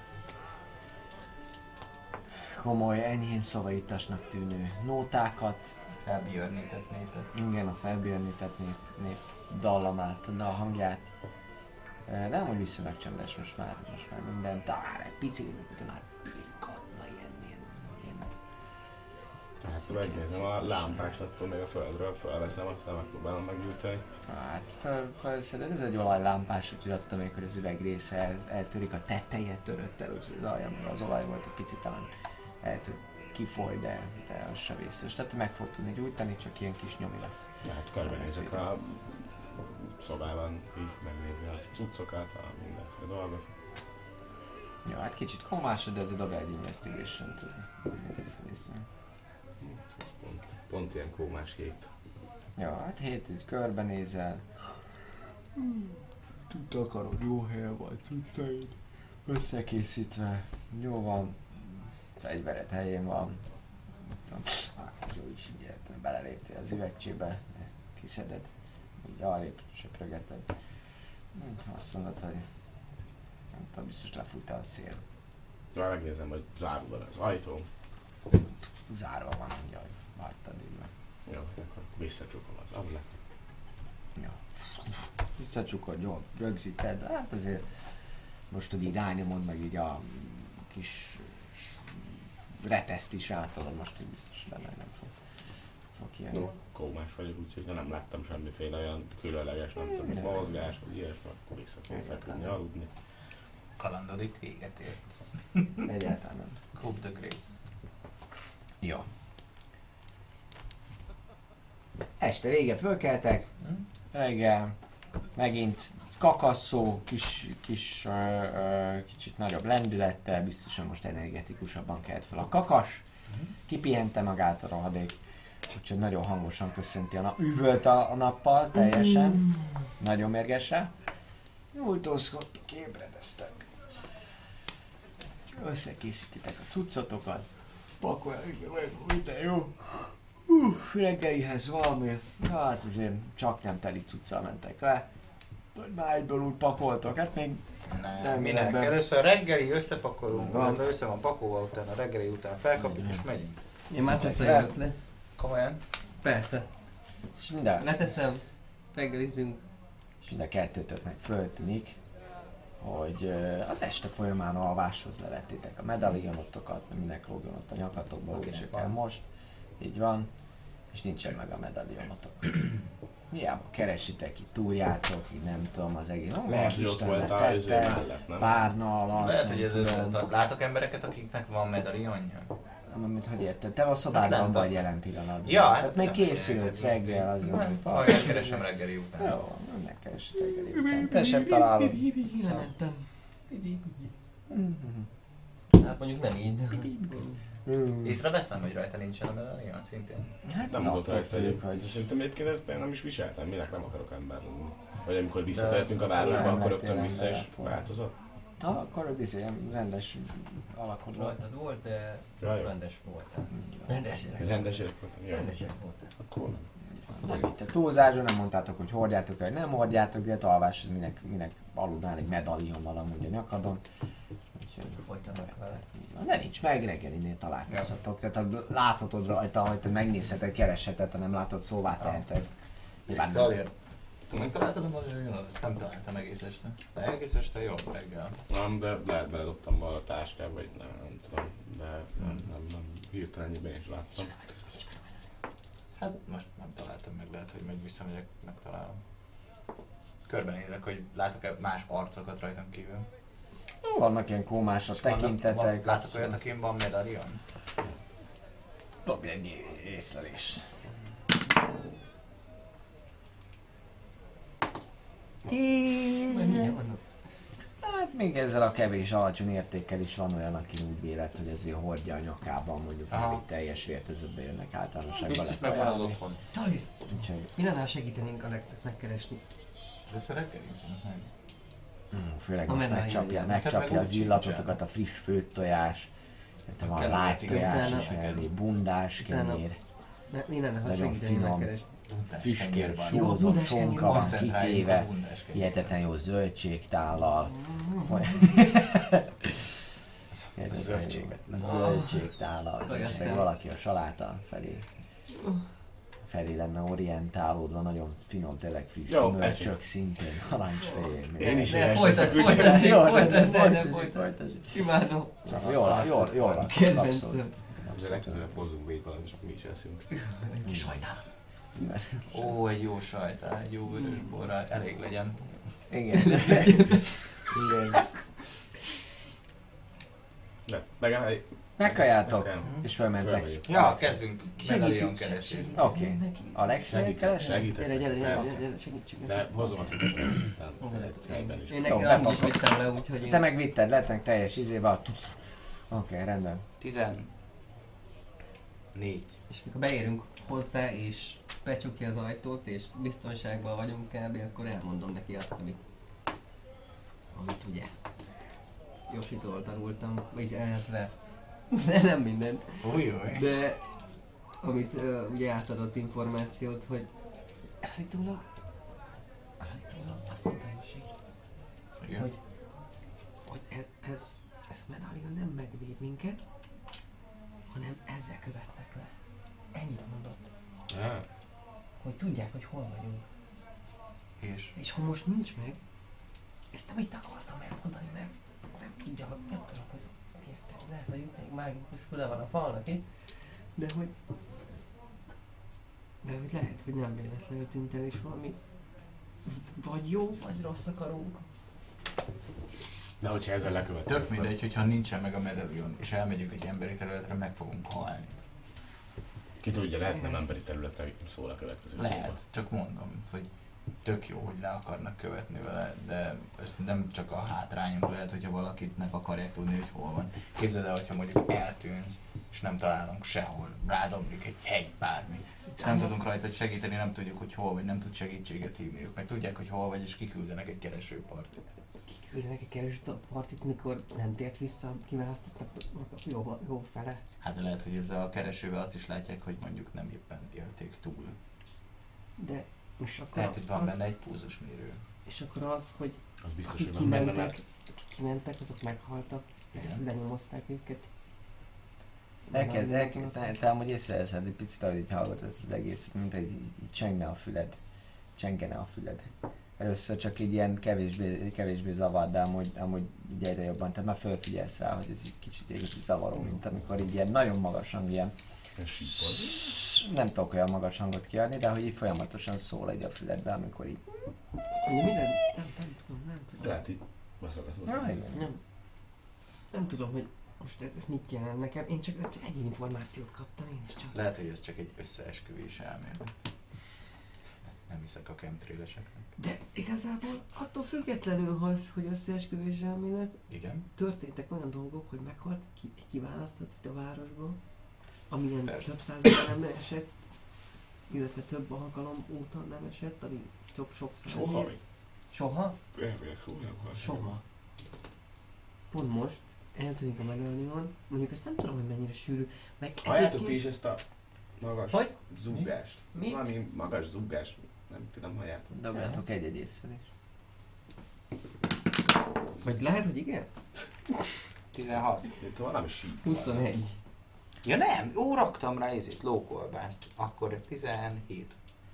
komoly, enyhén szavaittasnak tűnő nótákat. Felbjörnített népet. Igen, a felbjörnített nép, nép dallamát, a dalhangját. Eh, De amúgy viszonylag csendes most már, most már minden, talán egy picit, de már pirkatna ilyen, ilyen, ilyen. Hát megnézem a lámpást, attól még a földről felveszem, aztán megpróbálom meggyújtani. Hát fel, felszeded, ez egy olajlámpás, úgyhogy attól még, hogy az üveg része el, eltörik, a teteje törött el, úgyhogy az aljam, az olaj volt egy picit talán eltört, kifoly, de, de az se vészes. Tehát meg fog tudni gyújtani, csak ilyen kis nyomi lesz. Hát körbenézek a szobában, így megnézni a cuccokat, a mindenféle dolgot. Jó, hát kicsit komásod, de ez a dobja egy investigation-t, mit észrevészre. Pont, pont ilyen kómás hét. Jó, hát hét így körbenézel. Tud akarod, jó helyen vagy, cuccaid. Összekészítve. Jó van. Fegyvered helyén van. Hát, jó is, ugye, beleléptél az üvegcsébe, kiszeded, így arrébb söprögeted. Azt mondod, hogy nem tudom, biztos lefújtál a szél. Már megnézem, hogy zárva van az ajtó. Zárva van, mondja, hogy vártad így meg. Jó, akkor visszacsukom az ablak. Ja. Visszacsukod, jól rögzíted, hát azért most, hogy így rányomod, meg így a kis reteszt is rátolod, most így biztos benne nem fog, fog kijönni. No, kómás vagyok, úgyhogy nem láttam semmiféle olyan különleges, nem tudom, Nem. mozgás, vagy ilyesmi, akkor vissza kell feküdni, aludni. Kalandod itt véget ért. Egyáltalán nem. Coup de Grace. Jó. Este vége fölkeltek, reggel megint kakasszó, kis, kis ö, ö, kicsit nagyobb lendülettel, biztosan most energetikusabban kelt fel a kakas. Kipihente magát a rohadék, úgyhogy nagyon hangosan köszönti a nap. Üvölt a, a nappal teljesen, nagyon mérgesre. Nyújtózkodtok, ébredeztek. Összekészítitek a cuccotokat, pakoljátok meg, minden jó. Hú, reggelihez valami, hát azért csak nem teli cuccal mentek le. Vagy már egyből úgy pakoltok, hát még Nem, Nem, minek? rendben. Először reggeli összepakolunk, Van. rendben össze van pakolva, utána a reggeli után felkapjuk és megyünk. Én már tudszal jövök le. Komolyan? Persze. és minden, Leteszem, reggelizünk. és mind a kettőtöknek föltűnik, hogy ö, az este folyamán alváshoz levettétek a medalionotokat, mert mindenki lógjon ott a nyakatokba, Akinek úgyse van. kell most. Így van. És nincsen meg a medalionotok. Hiába keresitek, itt túljátok, így nem tudom, az egész. Oh, Lehet, hogy ott Isten, volt a tette, izé mellett, nem? párna alatt. Lehet, nem hogy ez tudom. össze... Látok embereket, akiknek van medalionja? Nem, amit hogy érted? Te a szobádban Hát lent vagy van. jelen pillanatban. Ja, hát Tehát még nem készülődsz figyelek, reggel az Nem, majd megkeresem reggeli után. Jó, nem megkeresed reggel után. Te sem találod. Lementem. Mhm. Hát mondjuk nem így. Észreveszem, hogy rajta nincsen a medalion szintén? Hát Nem az volt attól rajta függ, egy, hogy... de szerintem egyébként ezt én nem is viseltem, minek nem akarok ember lenni. Vagy amikor visszatértünk a nem városba, akkor lettél rögtön vissza is ember akkor. változott. Ha, akkor bizony rendes alakod volt. Rajtad volt, de Ja, jó. rendes voltál. Rendes gyerek. Rendes gyerek voltam. Jó. Rendes gyerek voltál. Akkor Nem itt a túlzásra, nem mondtátok, hogy hordjátok, vagy nem hordjátok, de a alvás, hogy minek, minek aludnál egy medalionnal amúgy a nyakadon. Úgyhogy... Folytanak vele. De nincs meg, reggelinél találkozhatok. Tehát ha láthatod rajta, hogy te megnézheted, keresheted, ha nem látod, szóvá teheted. Nyilván nem. Szalier. Te megtaláltad a medalionodat? Nem találtam egész este. De egész este jó reggel. nem, de lehet beledobtam volna a táskába, vagy nem, nem tudom. De nem, nem, nem, hirtelen ennyiben is láttam. Hát most nem találtam meg, lehet, hogy meg visszamegyek, megtalálom. Körbenézek, hogy látok-e más arcokat rajtam kívül. Vannak ilyen kómásabb És vannak- tekintetek. van- Látok abszolút. olyat, akin van medalion? Dobj egy észlelés. Mennyire vannak? Hát Hát még ezzel a kevés alacsony értékkel is van olyan, aki úgy vélet, hogy ezért hordja a nyakában, mondjuk Aha. még teljes vértezetbe jönnek általánosságban. Biztos lehet megvan az ajánlani. otthon. Tali, Úgyhogy mi lenne, ha segítenénk Alexet megkeresni? Először elkerízzünk meg. mm, főleg A most medálja megcsapja, ilyen. megcsapja Neked meg az úgy illatotokat, sincsen. a friss főtt tojás, itt van Kell lágy neked, tojás utána- is mellé, bundás utána- kenyér, Ne, mi lenne, ha Nagyon segítenénk finom. megkeresni? füstöl, Jó, sózom, bundás kenyér sonka van Koncentráljunk a kitéve, bundás kenyérre. hihetetlen jó zöldségtállal. Hihetetlen jó Zöldséget. Zöldségtállal, és Tagasztán. meg valaki a saláta felé felé lenne orientálódva, nagyon finom, tényleg friss, Jó, mörcsök szintén, narancsfején. Én is Ne, éhes folytasd, leszek, úgyhogy- folytasd, Jó, folytasd, de ne, ne, folytasd, folytasd. folytasd. Imádom. Jól, jól, jól, abszolút. Kedvencem. De legközelebb hozzunk még valamit, és akkor mi is eszünk. Sajnálom. Ó, egy jó sajtál, egy jó vörös borral, elég legyen. Igen. Igen. De legalább egy... Megkajáltok, Nekem. és felmentek. Fölmegyek. Ja, kezdünk medalion Segítünk, keresni. segítünk Oké. neki. Alex, Segítek, keresel? segítek. Gyere, gyere, gyere, Persze. gyere, gyere, segítsünk. De hozom a tudatokat, aztán lehet helyben is. Én Jó, nekem amúgy is bepakol. vittem le, úgyhogy én... Te meg vitted, lettek teljes izébe a... Oké, rendben. Tizennégy. És mikor beérünk hozzá, és becsukja az ajtót, és biztonságban vagyunk kb., akkor elmondom neki azt, amit... Amit ugye... Jositól tanultam, vagyis elhetve... De nem mindent. Új, új. De... Amit uh, ugye átadott információt, hogy... Állítólag... Állítólag azt mondta Josi, Igen. hogy... Hogy ez... ez... Ez medalion nem megvéd minket, hanem ezzel követnek le. Ennyit mondott. Ah, Hogy tudják, hogy hol vagyunk. És? És ha most nincs meg, ezt nem itt akartam elmondani, mert nem tudja, nem tudom, hogy értem, lehet, hogy még mágikus fele van a falnak itt, de hogy... De hogy lehet, hogy nem véletlenül tűnt el, és valami... Vagy jó, vagy rossz akarunk. de hogyha ezzel lekövetünk. Tök mindegy, hogyha nincsen meg a medalion, és elmegyünk egy emberi területre, meg fogunk halni. Ki tudja, lehet nem emberi területre szól a következő Lehet, dolgot. csak mondom, hogy tök jó, hogy le akarnak követni vele, de ez nem csak a hátrányunk lehet, hogyha valakitnek akarják tudni, hogy hol van. Képzeld el, hogyha mondjuk eltűnsz, és nem találunk sehol, rádobjuk egy hegy, bármi. És nem tudunk rajta segíteni, nem tudjuk, hogy hol vagy, nem tud segítséget hívni. Ők meg tudják, hogy hol vagy, és kiküldenek egy keresőpartit. Kiküldenek egy kereső partit, mikor nem tért vissza, kiválasztottak jó, jó fele. Hát de lehet, hogy ezzel a keresővel azt is látják, hogy mondjuk nem éppen élték túl. De... És akkor Lehet, hogy van az, benne egy púzusmérő. És akkor az, hogy Az biztos, akik hogy van benne, kimentek, mert akik kimentek, azok meghaltak, Igen. benyomozták őket. Elkezd, elkezd, te, te amúgy észreveszed egy picit, ahogy így hallgatod ezt az egészet, mint hogy így, így csengne a füled. Csengene a füled. Először csak így ilyen kevésbé, kevésbé zavar, de amúgy, amúgy így egyre jobban, tehát már fölfigyelsz rá, hogy ez így kicsit igazi zavaró, mint amikor így ilyen nagyon magas hang, ilyen sípod. nem tudok olyan magas hangot kiadni, de hogy így folyamatosan szól egy a füledbe, amikor így... Ugye minden? Nem, nem tudom, nem tudom. Lehet így baszogatod. Ja, igen. Nem, nem tudom, hogy most ez mit jelent nekem. Én csak egy információt kaptam, én is csak. Lehet, hogy ez csak egy összeesküvés elmélet. Nem hiszek a chemtraileseknek. De igazából attól függetlenül, hogy, hogy összeesküvés elmélet, Igen? történtek olyan dolgok, hogy meghalt ki, kiválasztott itt a városból, amilyen Persze. több százezer ember esett, illetve több alkalom óta nem esett, ami több sok Soha százezer. még. Soha? Elvileg soha. Soha. Pont most eltűnik a medallion, mondjuk ezt nem tudom, hogy mennyire sűrű, meg Halljátok ti is ezt a magas Hogy? zúgást? Mi? Valami magas zúgás, nem tudom, halljátok. Dobjatok egy-egy észrelést. Vagy lehet, hogy igen? tizenhat. Itt valami síp. huszonegy. Ja nem, ó, raktam rá ezért lókolbászt. Akkor tizenhét.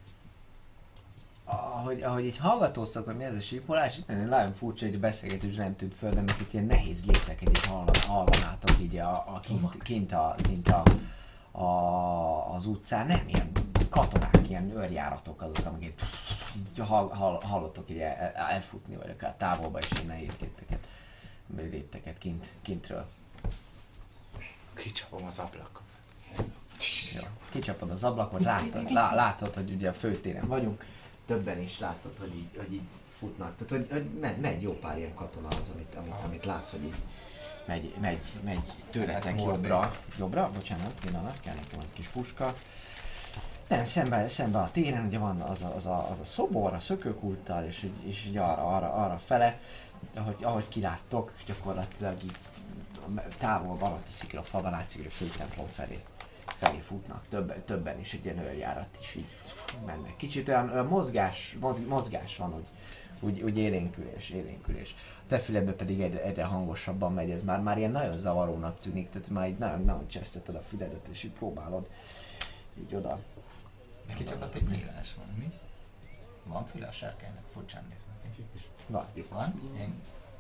Ahogy, ahogy így hallgatóztak, hogy mi ez a sípolás, itt nagyon furcsa, hogy a beszélgetés nem tűnt föl, de mint itt ilyen nehéz lépteket így hallan, hallanátok így a, a kint, kint, a, kint a, a, az utcán, nem ilyen katonák, ilyen őrjáratok azok, amiket hall, hall, hallottok így el, elfutni, vagy akár távolba is ilyen nehéz lépteket, lépteket kint, kintről. Kicsapom az ablakot. Jó. Kicsapod az ablakot, látod, lá, látod, hogy ugye a főtéren vagyunk, többen is látod, hogy így, hogy így futnak. Tehát, hogy, hogy megy, megy jó pár ilyen katona az, amit, amit, amit látsz, hogy így megy, megy, megy tőletek jobbra. Jobbra? Bocsánat, pillanat, kell nekem egy kis puska. Nem, szemben, szemben a téren ugye van az a, az a, az a szobor, a szökőkulttal, és, és így arra, arra, arra fele, ahogy, ahogy kiláttok, gyakorlatilag így távolban ott a szikra falban látszik, hogy a főtemplom felé, felé futnak, többen, többen is, egy ilyen őrjárat is így mennek. Kicsit olyan, olyan mozgás, mozg, mozgás van, úgy, úgy, úgy élénkülés, élénkülés. A te füledbe pedig egyre, egyre hangosabban megy, ez már, már ilyen nagyon zavarónak tűnik, tehát már így nagyon, nagyon cseszteted a füledet, és így próbálod így oda. Neki csak ott egy nyílás van, mi? Van füle a sárkánynak, furcsán néznek. Van. Van? Én...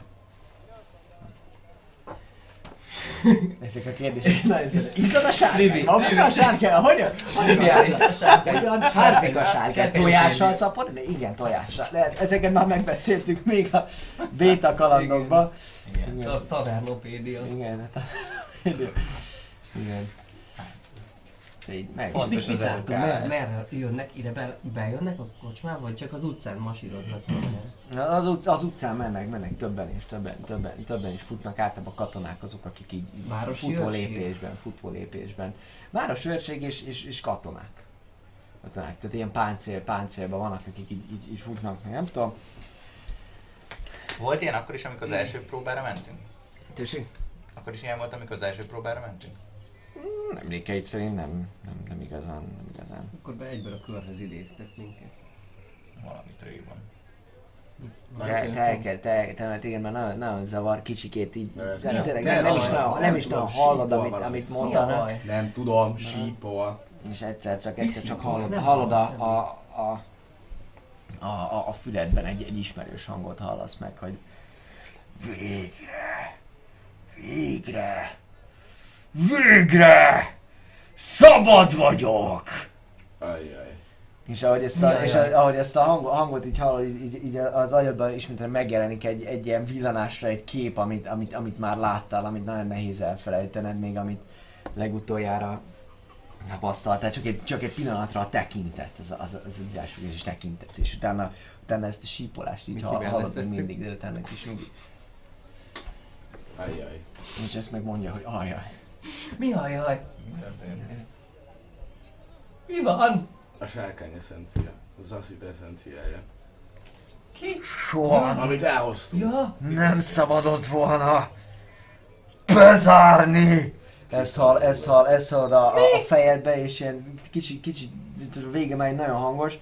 Ezek a kérdések nagyon szeret. Iszod a sárkány? Van a sárkány? Hogyan? Triviális a sárkány. Hogyan hárzik a sárkány? Tojással szapod? De igen, tojással. Lehet, ezeket már megbeszéltük még a béta kalandokban. Igen. Ta- Tavernopédia. Igen, a tavernopédia. Igen. Így meg. Fontos az előtt. Mer- merre jönnek? Ide be- bejönnek a kocsmába, vagy csak az utcán masíroznak? Az, utc- az utcán mennek, mennek többen és többen, többen, többen is futnak, általában katonák azok, akik így Városi futó őrség? lépésben, futó lépésben. Városi őrség és, és, és katonák. Katonák, tehát ilyen páncél, páncélban vannak, akik így, így, így futnak, nem tudom. Volt ilyen akkor is, amikor az első próbára mentünk? Tessék? Akkor is ilyen volt, amikor az első próbára mentünk? Emlékeit szerint nem, nem, nem igazán, nem igazán. Akkor be egyből a körhöz idéztek minket. Valamit régen. Te, te, te, te, te, te, már nagyon, nagyon zavar, kicsikét így, De ez nem, nem- tényleg nem nem, nem is tudom, nagyon, nem is tudom, nagyon hallod, sípol amit, valami amit szó. mondanak. Jaj. Nem tudom, sípol. És egyszer csak, egyszer csak hallod, Nem hallod a, hallom, a, a, a, a, a füledben egy, egy ismerős hangot hallasz meg, hogy végre, végre, végre, szabad vagyok! Ajjaj. És ahogy ezt a, Jaj, és jaj. ahogy ezt a hang, hangot így hallod, így, így, így az agyadban ismételten megjelenik egy, egy ilyen villanásra egy kép, amit, amit, amit már láttál, amit nagyon nehéz elfelejtened, még amit legutoljára tapasztaltál, csak egy, csak egy pillanatra a tekintet, az, az, az írásfogás tekintet, és utána, utána ezt a sípolást így Mit hall, hallod még kivellezteztük? mindig, de utána is mindig. Ajjaj. És ezt meg mondja, hogy ajaj. Mi hajjaj? Mi történt? Mi van? A sárkány eszencia. Az aszit eszenciája. Ki? Soha Amit elhoztunk. Ja? nem szabadott volna bezárni! Ezt hall, ezt hall, ezt hall a, a fejedbe, és ilyen kicsi, kicsi, a vége már nagyon hangos,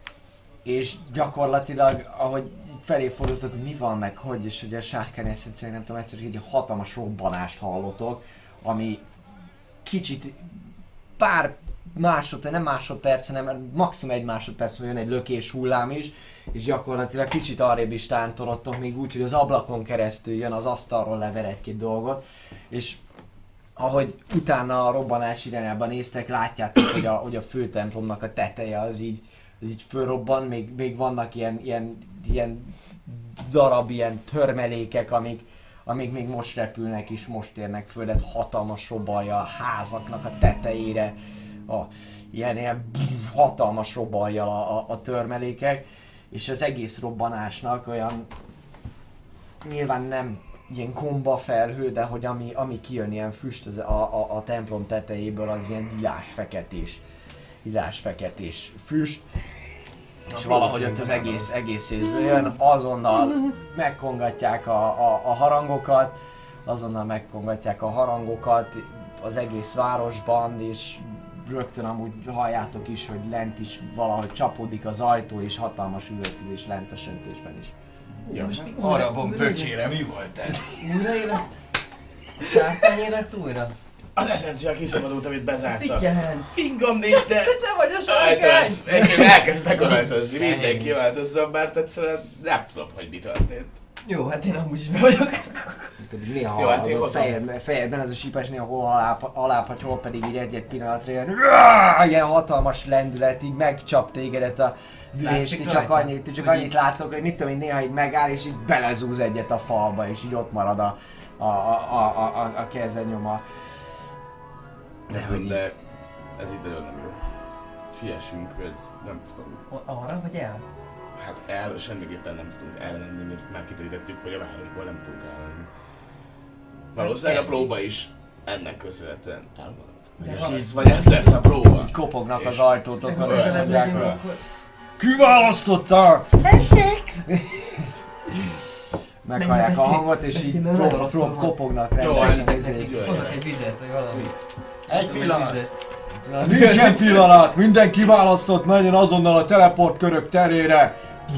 és gyakorlatilag, ahogy felé fordultok, hogy mi van meg, hogy, és hogy a sárkány eszenciája, nem tudom, egyszerűen egy hatalmas robbanást hallotok, ami kicsit pár másodperc, nem másodperc, hanem maximum egy másodperc, jön egy lökés hullám is, és gyakorlatilag kicsit arrébb is tántorodtok, még úgy, hogy az ablakon keresztül jön, az asztalról lever egy-két dolgot, és ahogy utána a robbanás irányában néztek, látjátok, hogy a, hogy a főtemplomnak a teteje az így, az így fölrobban, még, még vannak ilyen, ilyen, ilyen darab, ilyen törmelékek, amik, amik még most repülnek és most érnek föl, de hatalmas robbalja a házaknak a tetejére, a, ilyen, ilyen hatalmas robbaljal a, a, a törmelékek, és az egész robbanásnak olyan, nyilván nem ilyen gombafelhő, de hogy ami, ami kijön ilyen füst az a, a, a templom tetejéből, az ilyen lilás-feketés, lilás-feketés füst. És valahogy ott az egész, egész részből jön, azonnal megkongatják a, a, a harangokat, azonnal megkongatják a harangokat az egész városban, és rögtön amúgy halljátok is, hogy lent is valahogy csapódik az ajtó, és hatalmas üvöltözés lent a söntésben is. Ja. Most mi Arra van újra- pöcsére, mi volt ez? Újra élet? Sárkány élet újra? Az eszencia kiszabadult, amit Ez mit bezártak. jelent? Fingom nincs, de... Te vagy a sárkány! Öltöz! Én elkezdtek öltözni, mindenki öltözzön, mert egyszerűen nem tudom, hogy mi történt. Jó, hát én amúgy is be vagyok. Pedig néha Jó, hát én a hozom. fejed, fejedben ez a sípás, néha hol alább, alább, vagy hol pedig így egy-egy pillanatra ilyen, rá, ilyen hatalmas lendület, így megcsap tégedet a ülés, Látszik ti csak rajta, annyit, ti csak hogy annyit így- láttok, hogy mit tudom én, néha így megáll, és így belezúz egyet a falba, és így ott marad a, a, a, a, a, a, a kezenyoma. De hogy így, De ez idő nem jó. Siessünk, hogy nem tudom. O- Arra vagy el? Hát el semmiképpen nem tudunk elmenni, mert már kiderítettük, hogy a városból nem tudunk elmenni. Valószínűleg a próba is ennek köszönhetően elmaradt. De És ha- ez, vagy ez lesz a próba. Így kopognak És- az ajtótokon, De és ha ez mondják, megyünk, hogy akkor... kiválasztottak! Tessék! Meghallják a beszélj- hangot, és beszélj, így mert prób, nagyon rosszul prób, van. kopognak Jó, rendesen. hát Segítek izé. nekik, hozok egy vizet, vagy valamit. Egy Tudom, pillanat. vizet. Nincsen pillanat, minden kiválasztott, menjen azonnal a teleportkörök terére.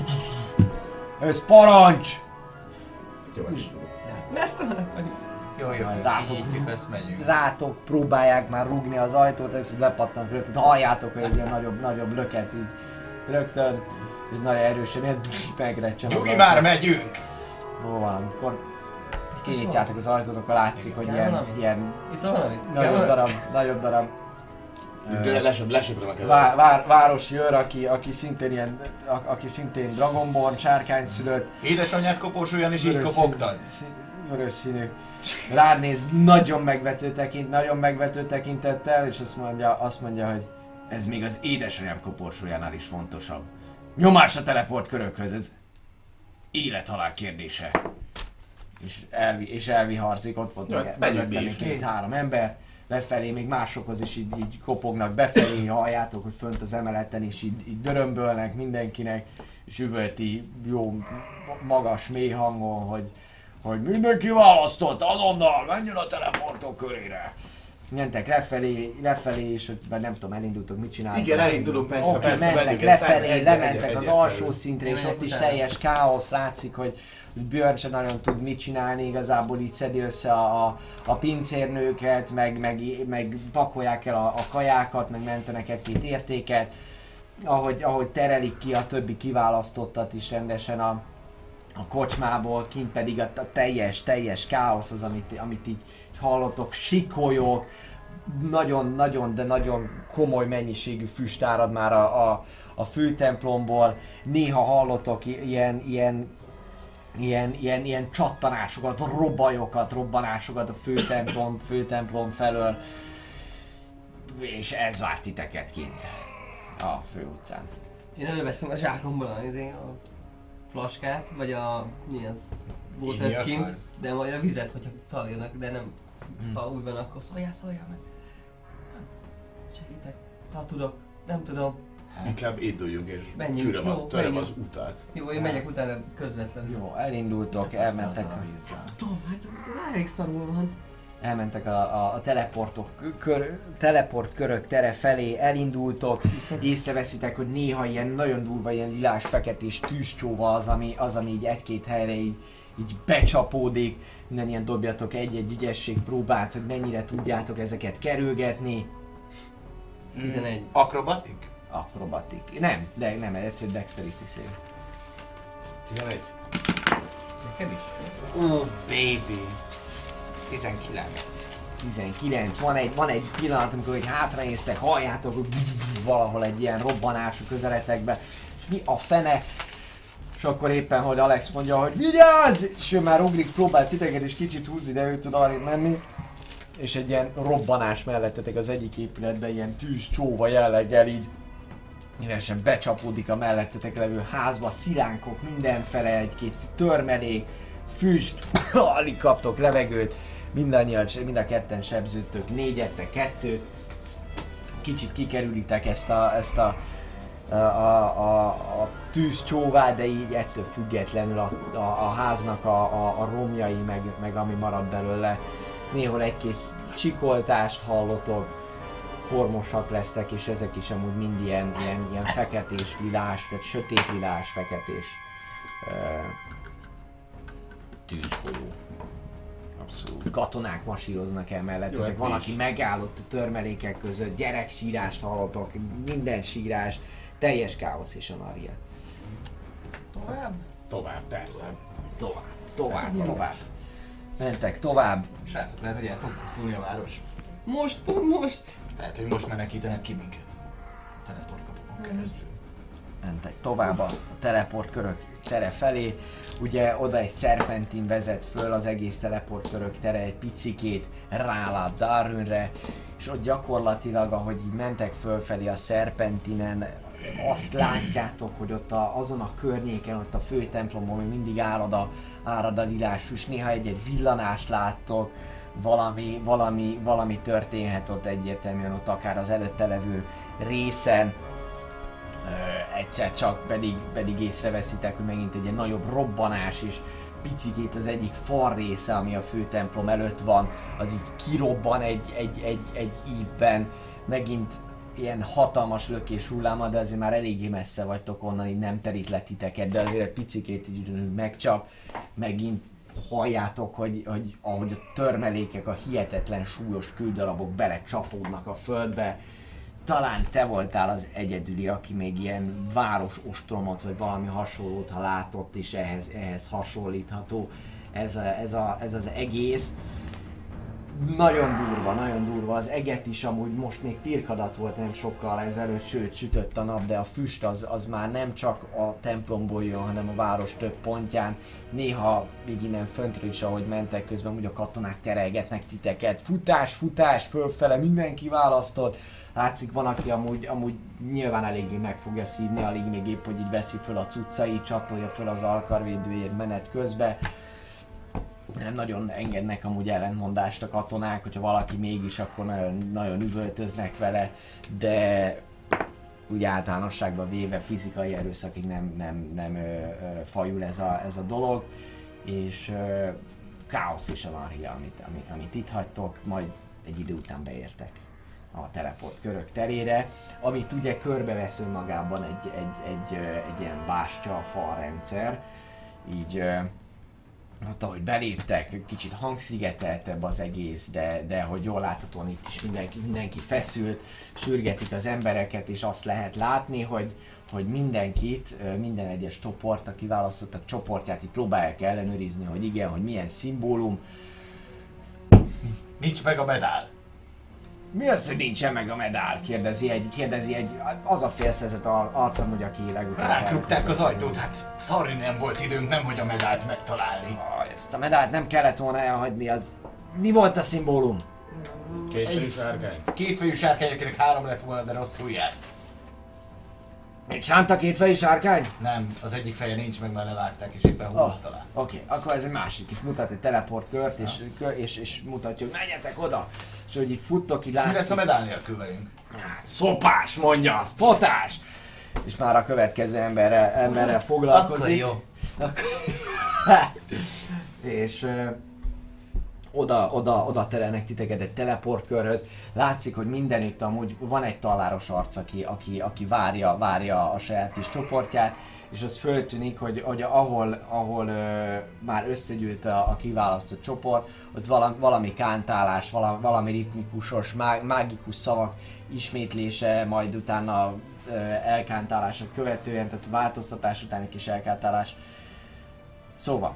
Ez parancs! Jó, és Mesztelenek vagyunk. Jó, jó, Rátok. kinyitjuk, ezt megyünk. Rátok próbálják már rúgni az ajtót, ez lepattant rögtön. Halljátok, hogy egy ilyen nagyobb, nagyobb löket így rögtön, így nagyon erősen, ilyen megrecsen az Nyugi, ajtó. már megyünk! Jó van, akkor Biztos kinyitjátok az ajtót, akkor látszik, hogy Kell ilyen, valami? ilyen Iszol valamit? Kell nagyobb valami? darab, nagyobb darab de lesöp, lesöpröm a vá, vár, városi őr, aki, aki szintén ilyen, a, aki szintén Dragonborn, sárkány szülött, Édesanyád koporsóján is így vörös kopogtad. szín- vörös színű. Rád néz, nagyon megvető tekint, nagyon megvető tekintettel, és azt mondja, azt mondja, hogy ez még az édesanyám koporsójánál is fontosabb. Nyomás a teleport körökhöz, ez élet-halál kérdése. És, elvi, és elviharzik, ott volt Jó, meg, hát megyünk mögöttem mi még is. két-három ember, lefelé még másokhoz is így, így kopognak befelé, halljátok, hogy fönt az emeleten is így, így dörömbölnek mindenkinek, és üvölti jó, magas, mély hangon, hogy, hogy mindenki választott, azonnal, menjön a teleportok körére. Mentek lefelé, lefelé, és hogy vagy nem tudom, elindultok, mit csináltok. Igen, elindulunk, persze, Oké, persze, mentek menjünk, ezt lefelé, egy- egy- lementek egy- az egy- alsó egy- szintre, Én és megyek ott is utána. teljes káosz, látszik, hogy hogy Björn sem nagyon tud mit csinálni, igazából így szedi össze a, a, a pincérnőket, meg, meg, meg pakolják el a, a kajákat, meg mentenek egy-két értéket, ahogy, ahogy terelik ki a többi kiválasztottat is rendesen a, a kocsmából, kint pedig a, a teljes, teljes káosz az, amit, amit így hallottok, sikolyok, nagyon-nagyon, de nagyon komoly mennyiségű füst árad már a, a, a főtemplomból, néha hallottok i- ilyen, ilyen Ilyen, ilyen, ilyen csattanásokat, robbajokat, robbanásokat a főtemplom, főtemplom felől. És ez vár titeket kint a főutcán. Én előveszem a zsákomból a, a flaskát, vagy a... mi az? Volt Inni ez kint, akarsz? de majd a vizet, hogyha szalírnak, de nem. Ha úgy van, akkor szóljál, szóljál meg. Segítek, ha tudok, nem tudom. Inkább induljunk és Menjünk, köröm, jó, a, töröm menjünk. az utat. Jó, én megyek utána közvetlenül. Jó, elindultok, elmentek, Azzal a vízzel. Tudom, hát elég szarul van. elmentek a, a, a teleportok, kör, teleport körök tere felé, elindultok, észreveszitek, hogy néha ilyen nagyon durva, ilyen lilás, feketés tűzcsóva az, ami, az, ami így egy-két helyre így, így becsapódik. Minden ilyen dobjatok egy-egy ügyesség próbát, hogy mennyire tudjátok ezeket kerülgetni. tizenegy. Akrobatik? Akrobatik. Nem, de nem, egyszerű dexterity szél. tizenegy. Nekem is. Ó, uh, baby. tizenkilenc. tizenkilenc. Van egy, van egy pillanat, amikor hogy hátranéztek, halljátok, hogy valahol egy ilyen robbanás a közeletekbe. És mi a fene? És akkor éppen, hogy Alex mondja, hogy vigyázz! És ő már ugrik, próbál titeket is kicsit húzni, de ő tud arrébb menni. És egy ilyen robbanás mellettetek az egyik épületben, ilyen tűzcsóva jelleggel így Nyilvánesen becsapódik a mellettetek levő házba, szilánkok mindenfele, egy-két törmelék, füst, alig kaptok levegőt, mindannyian, mind a ketten sebződtök, négyettek, kettő. Kicsit kikerülitek ezt a, ezt a, a, a, a, a tűzcsóvát, de így ettől függetlenül a, a, a háznak a, a, a romjai, meg, meg ami marad belőle. Néhol egy-két csikoltást hallotok, kormosak lesztek, és ezek is amúgy mind ilyen, ilyen, ilyen feketés lilás, tehát sötét lilás, feketés uh, tűzgolyó. Abszolút. Katonák masíroznak el mellettetek, Jó, van, mi aki is. megállott a törmelékek között, gyereksírást hallotok, minden sírás, teljes káosz és anarchia. Tovább? Tovább, persze. Tovább, tovább, tovább. Mentek tovább, Srácok, lehet, hogy el fog pusztulni a város. Most, pont most! Lehet, hogy most menekítenek ki minket. A teleportkapukon keresztül. mentek tovább a teleportkörök tere felé. Ugye oda egy szerpentin vezet föl, az egész teleportkörök tere egy picikét rálát Darwinre, és ott gyakorlatilag, ahogy így mentek fölfelé a szerpentinen, azt látjátok, hogy ott a, azon a környéken, ott a fő templomban még mindig árad a, árad a lilás füst, néha egy-egy villanást láttok, valami, valami, valami történhet ott egyértelműen, ott akár az előtte levő részen. Ö, egyszer csak pedig, pedig észreveszitek, hogy megint egy ilyen nagyobb robbanás, és picikét az egyik fal része, ami a főtemplom előtt van, az itt kirobban egy, egy, egy, egy ívben, megint ilyen hatalmas lökés hulláma, de azért már eléggé messze vagytok onnan, így nem terít le titeket, de azért egy picikét így megcsap, megint halljátok, hogy, hogy ahogy a törmelékek, a hihetetlen súlyos kődarabok belecsapódnak a földbe. Talán te voltál az egyedüli, aki még ilyen város ostromot, vagy valami hasonlót, ha látott, és ehhez, ehhez hasonlítható ez, a, ez, a, ez az egész. Nagyon durva, nagyon durva. Az eget is amúgy most még pirkadat volt nem sokkal ezelőtt, sőt sütött a nap, de a füst az, az már nem csak a templomból jön, hanem a város több pontján. Néha még innen föntről is, ahogy mentek közben, úgy a katonák terelgetnek titeket. Futás, futás, fölfele, mindenki választott. Látszik, van, aki amúgy, amúgy nyilván eléggé meg fogja szívni, alig még épp, hogy így veszi föl a cuccait, csatolja föl az alkarvédőjét menet közben. Nem nagyon engednek amúgy ellentmondást a katonák, hogyha valaki mégis, akkor nagyon, nagyon üvöltöznek vele, de úgy általánosságban véve fizikai erőszakig nem, nem, nem ö, ö, fajul ez a, ez a dolog, és ö, káosz és anarchia, amit, amit, amit itt hagytok, majd egy idő után beértek a teleport körök terére, amit ugye körbevesz önmagában egy, egy, egy, egy, egy ilyen bástya falrendszer, így hát ahogy beléptek, kicsit hangszigeteltebb az egész, de, de hogy jól láthatóan itt is mindenki, mindenki feszült, sürgetik az embereket, és azt lehet látni, hogy, hogy mindenkit, minden egyes csoport, a kiválasztottak csoportját itt próbálják ellenőrizni, hogy igen, hogy milyen szimbólum. Nincs meg a medál. Mi az, hogy nincsen meg a medál? Kérdezi egy, kérdezi egy, az a félszerzett ar- arcom, hogy aki legutóbb... Ránk rúgták az ajtót, hát szarri nem volt időnk, nem hogy a medált megtalálni. Ah, ezt a medált nem kellett volna elhagyni, az... Mi volt a szimbólum? Kétfejű sárkány. Kétfejű sárkány, akinek három lett volna, de rosszul járt. Egy sánta kétfejű sárkány? Nem, az egyik feje nincs meg, mert levágták, és éppen hol Oh, talál. Oké, okay, akkor ez egy másik, és mutat egy teleportkört, és, kör, és, és mutatja, hogy menjetek oda! És hogy így futtok, így És mi lesz a látszik. medál nélkül velünk? Hát, szopás, mondja! Fotás! És már a következő emberrel, emberrel foglalkozik. Akkor jó. Akkor... és ö, oda, oda, oda terelnek titeket egy teleportkörhöz. Látszik, hogy mindenütt amúgy van egy taláros arc, aki, aki, aki várja, várja a saját kis csoportját, és az föltűnik, hogy, hogy ahol, ahol ö, már összegyűlt a, a kiválasztott csoport, ott valami, valami kántálás, valami, valami ritmikusos, má, mágikus szavak ismétlése, majd utána ö, elkántálásot követően, tehát változtatás után egy kis elkántálás. Szóval,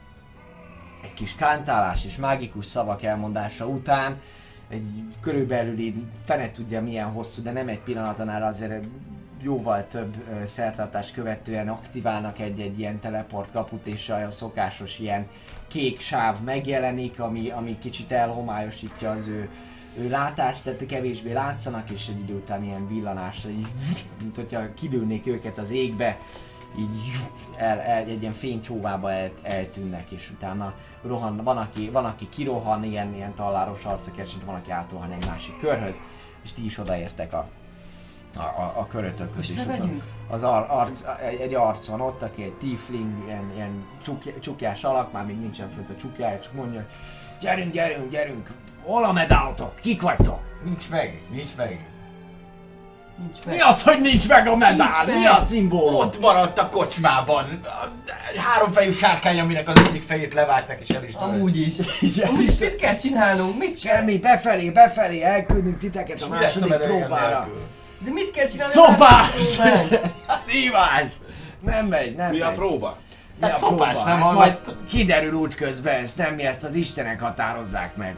egy kis kántálás és mágikus szavak elmondása után, egy körülbelül így fene tudja milyen hosszú, de nem egy pillanatnál, azért jóval több ö, szertartást követően aktiválnak egy-egy ilyen teleport kaput, és a szokásos ilyen kék sáv megjelenik, ami, ami kicsit elhomályosítja az ő, ő látást, tehát kevésbé látszanak, és egy idő után ilyen villanásra, így, mint hogyha kilőnék őket az égbe, így el, el, egy ilyen fénycsóvába el, eltűnnek, és utána rohan, van aki, van, aki kirohan ilyen, ilyen talláros arcakért, és van, aki átrohan egy másik körhöz, és ti is odaértek a, a, a, a körötökhöz. És az ar, arc, egy, egy arc van ott, aki egy tiefling, ilyen, ilyen csukj, csukjás alak, már még nincsen fönt a csukjája, csak mondja, hogy gyerünk, gyerünk, gyerünk, hol a medálotok, kik vagytok? Nincs meg, nincs meg. Nincs Mi az, hogy nincs meg a medál? Nincs Mi meg. a szimbólum? Ott maradt a kocsmában. Háromfejű sárkány, aminek az egyik fejét levágták és el is dölt. Amúgy is. Amúgy is mit kell csinálnunk? Mit kell? Semmi, befelé, befelé, elküldünk titeket És a mi lesz a második medál próbára. nélkül? De mit kell csinálni? Szopás! Nem. Szívás! Nem megy, nem Mi a megy. próba? Mi Hát a szopás, próba? nem Hát hallgattam. majd kiderül úgy közben, ezt nem mi, ezt az istenek határozzák meg.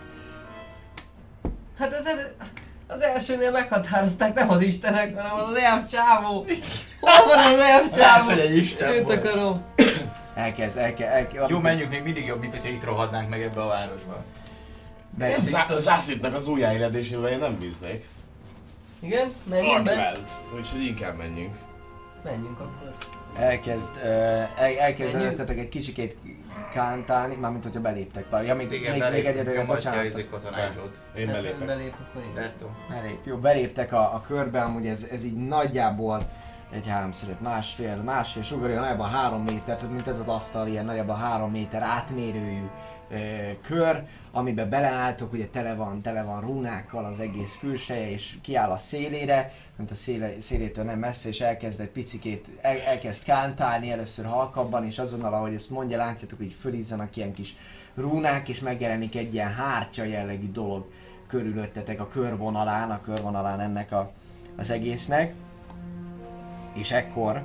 Hát az, el, az elsőnél meghatározták, nem az istenek, hanem az az elfcsávó. Hol van az elfcsávó? Lehet, hogy egy isten Őt volt. akarom. Elkezd, elkezd, elkezd. Jó, menjünk, még mindig jobb, mint hogyha itt rohadnánk meg ebbe a városba. Be, Zá- Zászitnak az újjáéledésével én nem bíznék. Igen? Menjünk be? Artveld. Úgyhogy inkább menjünk. Menjünk akkor. Elkezd, uh, el, elkezd Menjünk. előttetek egy kicsikét kántálni, mármint hogyha beléptek. Ja, még, Igen, még, még egyedülre, belépünk, bocsánat. hogy a katonázsót. Én Hát, belépek. belép, akkor én. Lettó. Belép, jó, beléptek a, a körbe, amúgy ez, ez így nagyjából egy háromszög, másfél, másfél sugarja, nagyjából három méter, tehát mint ez az asztal, ilyen nagyjából három méter átmérőjű ö, kör, amiben beleálltok, ugye tele van, tele van rúnákkal az egész külseje, és kiáll a szélére, mint a széle, szélétől nem messze, és elkezd egy picikét, el, elkezd kántálni, először halkabban, és azonnal, ahogy ezt mondja, látjátok, hogy fölizzanak ilyen kis rúnák, és megjelenik egy ilyen hártya jellegű dolog körülöttetek a körvonalán, a körvonalán ennek a, az egésznek. És ekkor,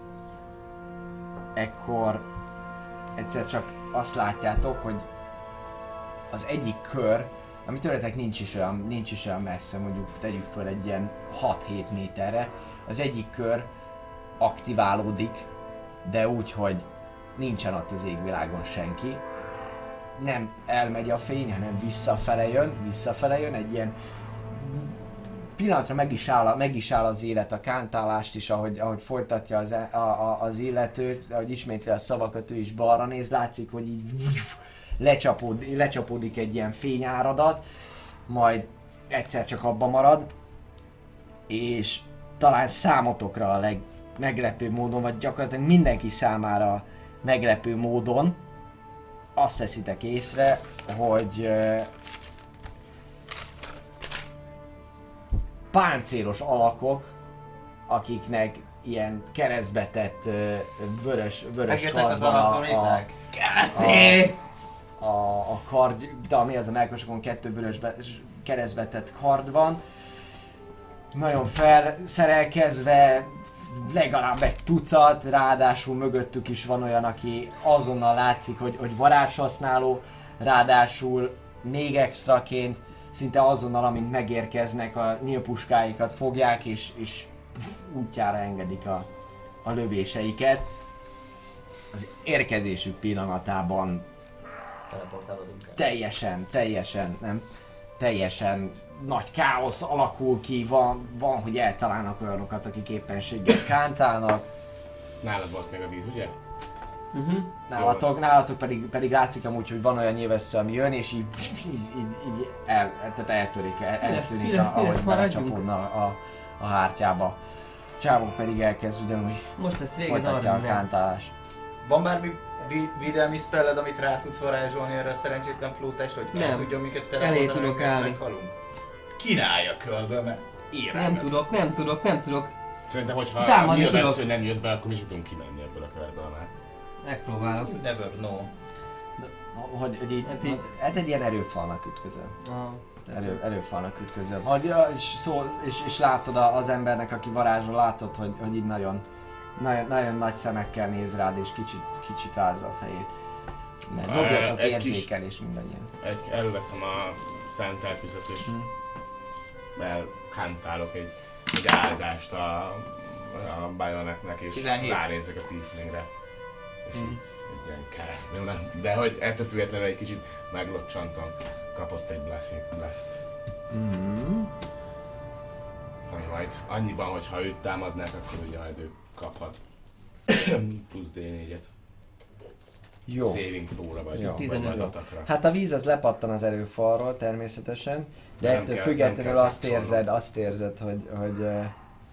ekkor egyszer csak azt látjátok, hogy az egyik kör, ami tőletek nincs is olyan, nincs is olyan messze, mondjuk tegyük föl egy ilyen hat-hét méterre, az egyik kör aktiválódik, de úgy, hogy nincsen ott az égvilágon senki. Nem elmegy a fény, hanem visszafele jön, visszafele jön, egy ilyen pillanatra meg is, áll, meg is áll az élet, a kántálást is, ahogy, ahogy folytatja az, a, a, az illető, ahogy ismétli a szavakat, ő is balra néz, látszik, hogy így lecsapód, lecsapódik egy ilyen fényáradat, majd egyszer csak abba marad, és talán számotokra a legmeglepőbb módon, vagy gyakorlatilag mindenki számára meglepő módon azt teszitek észre, hogy páncélos alakok, akiknek ilyen keresztbetett ö, vörös, vörös Megjöttek az karddal a, a, alakoniták? a, a, a kard, de ami az a melkosokon kettő vörös be, keresztbetett kard van. Nagyon felszerelkezve, legalább egy tucat, ráadásul mögöttük is van olyan, aki azonnal látszik, hogy, hogy varázshasználó, ráadásul még extraként szinte azonnal, amint megérkeznek, a nyílpuskáikat fogják, és, és puf, útjára engedik a, a lövéseiket. Az érkezésük pillanatában Teleportálódunk el. teljesen, teljesen, nem, teljesen nagy káosz alakul ki, van, van hogy eltalálnak olyanokat, akik éppenséggel kántálnak. Nálad volt meg a víz, ugye? Uh-huh. Nálatok, nálatok pedig, pedig látszik amúgy, hogy van olyan nyilvessző, ami jön, és így, így, így, így el, tehát eltörik, el, eltűnik, mi lesz, mi ahogy lesz, maradjunk? belecsapódna a, a hártyába. Csávok pedig elkezd ugyanúgy Most lesz vége, folytatja a Darwin, nem. kántálást. Van bármi vi- védelmi spelled, amit rá tudsz varázsolni erre a szerencsétlen flótást, hogy el Nem. tudjon minket Elé teleportálni, tudok minket állni. meghalunk? Királya kölből, mert érem. Nem tudok, nem tudok, nem tudok. Szerintem, hogyha Támadni a tudok. nyilvessző nem jött be, akkor mi is tudunk kimenni ebből a körből már. Megpróbálok. You never know. Hogy, hogy így, Hát így- hát egy ilyen erőfalnak ütközöm. Ah. Erő, erőfalnak ütközöm. Hogy, ja, és, szó, és, és látod a- az embernek, aki varázsol, látod, hogy, hogy így nagyon, nagyon, nagyon nagy szemekkel néz rád, és kicsit, kicsit rázza a fejét. Mert Ö, dobjatok egy kis- érzékelés mindannyian. Egy, előveszem a szent elfüzet és Hm. elkántálok egy, egy áldást a, a Bioneknek és tizenhét. ránézek a tieflingre. És Hm. így egy ilyen keresztnél, nem? De hogy ettől függetlenül egy kicsit meglocsantam, kapott egy blessing, blessed. Mm-hmm. Ami majd annyiban, hogy ha őt támadnák, akkor ugye majd ő kaphat plusz dé négyet. Jó. Saving throw-ra vagy, Jó. vagy tizenöt. majd atakra. Hát a víz az lepattan az erőfalról természetesen, de Nem ettől kell- függetlenül nem kell azt tapsolnom. érzed, azt érzed, hogy, hogy uh,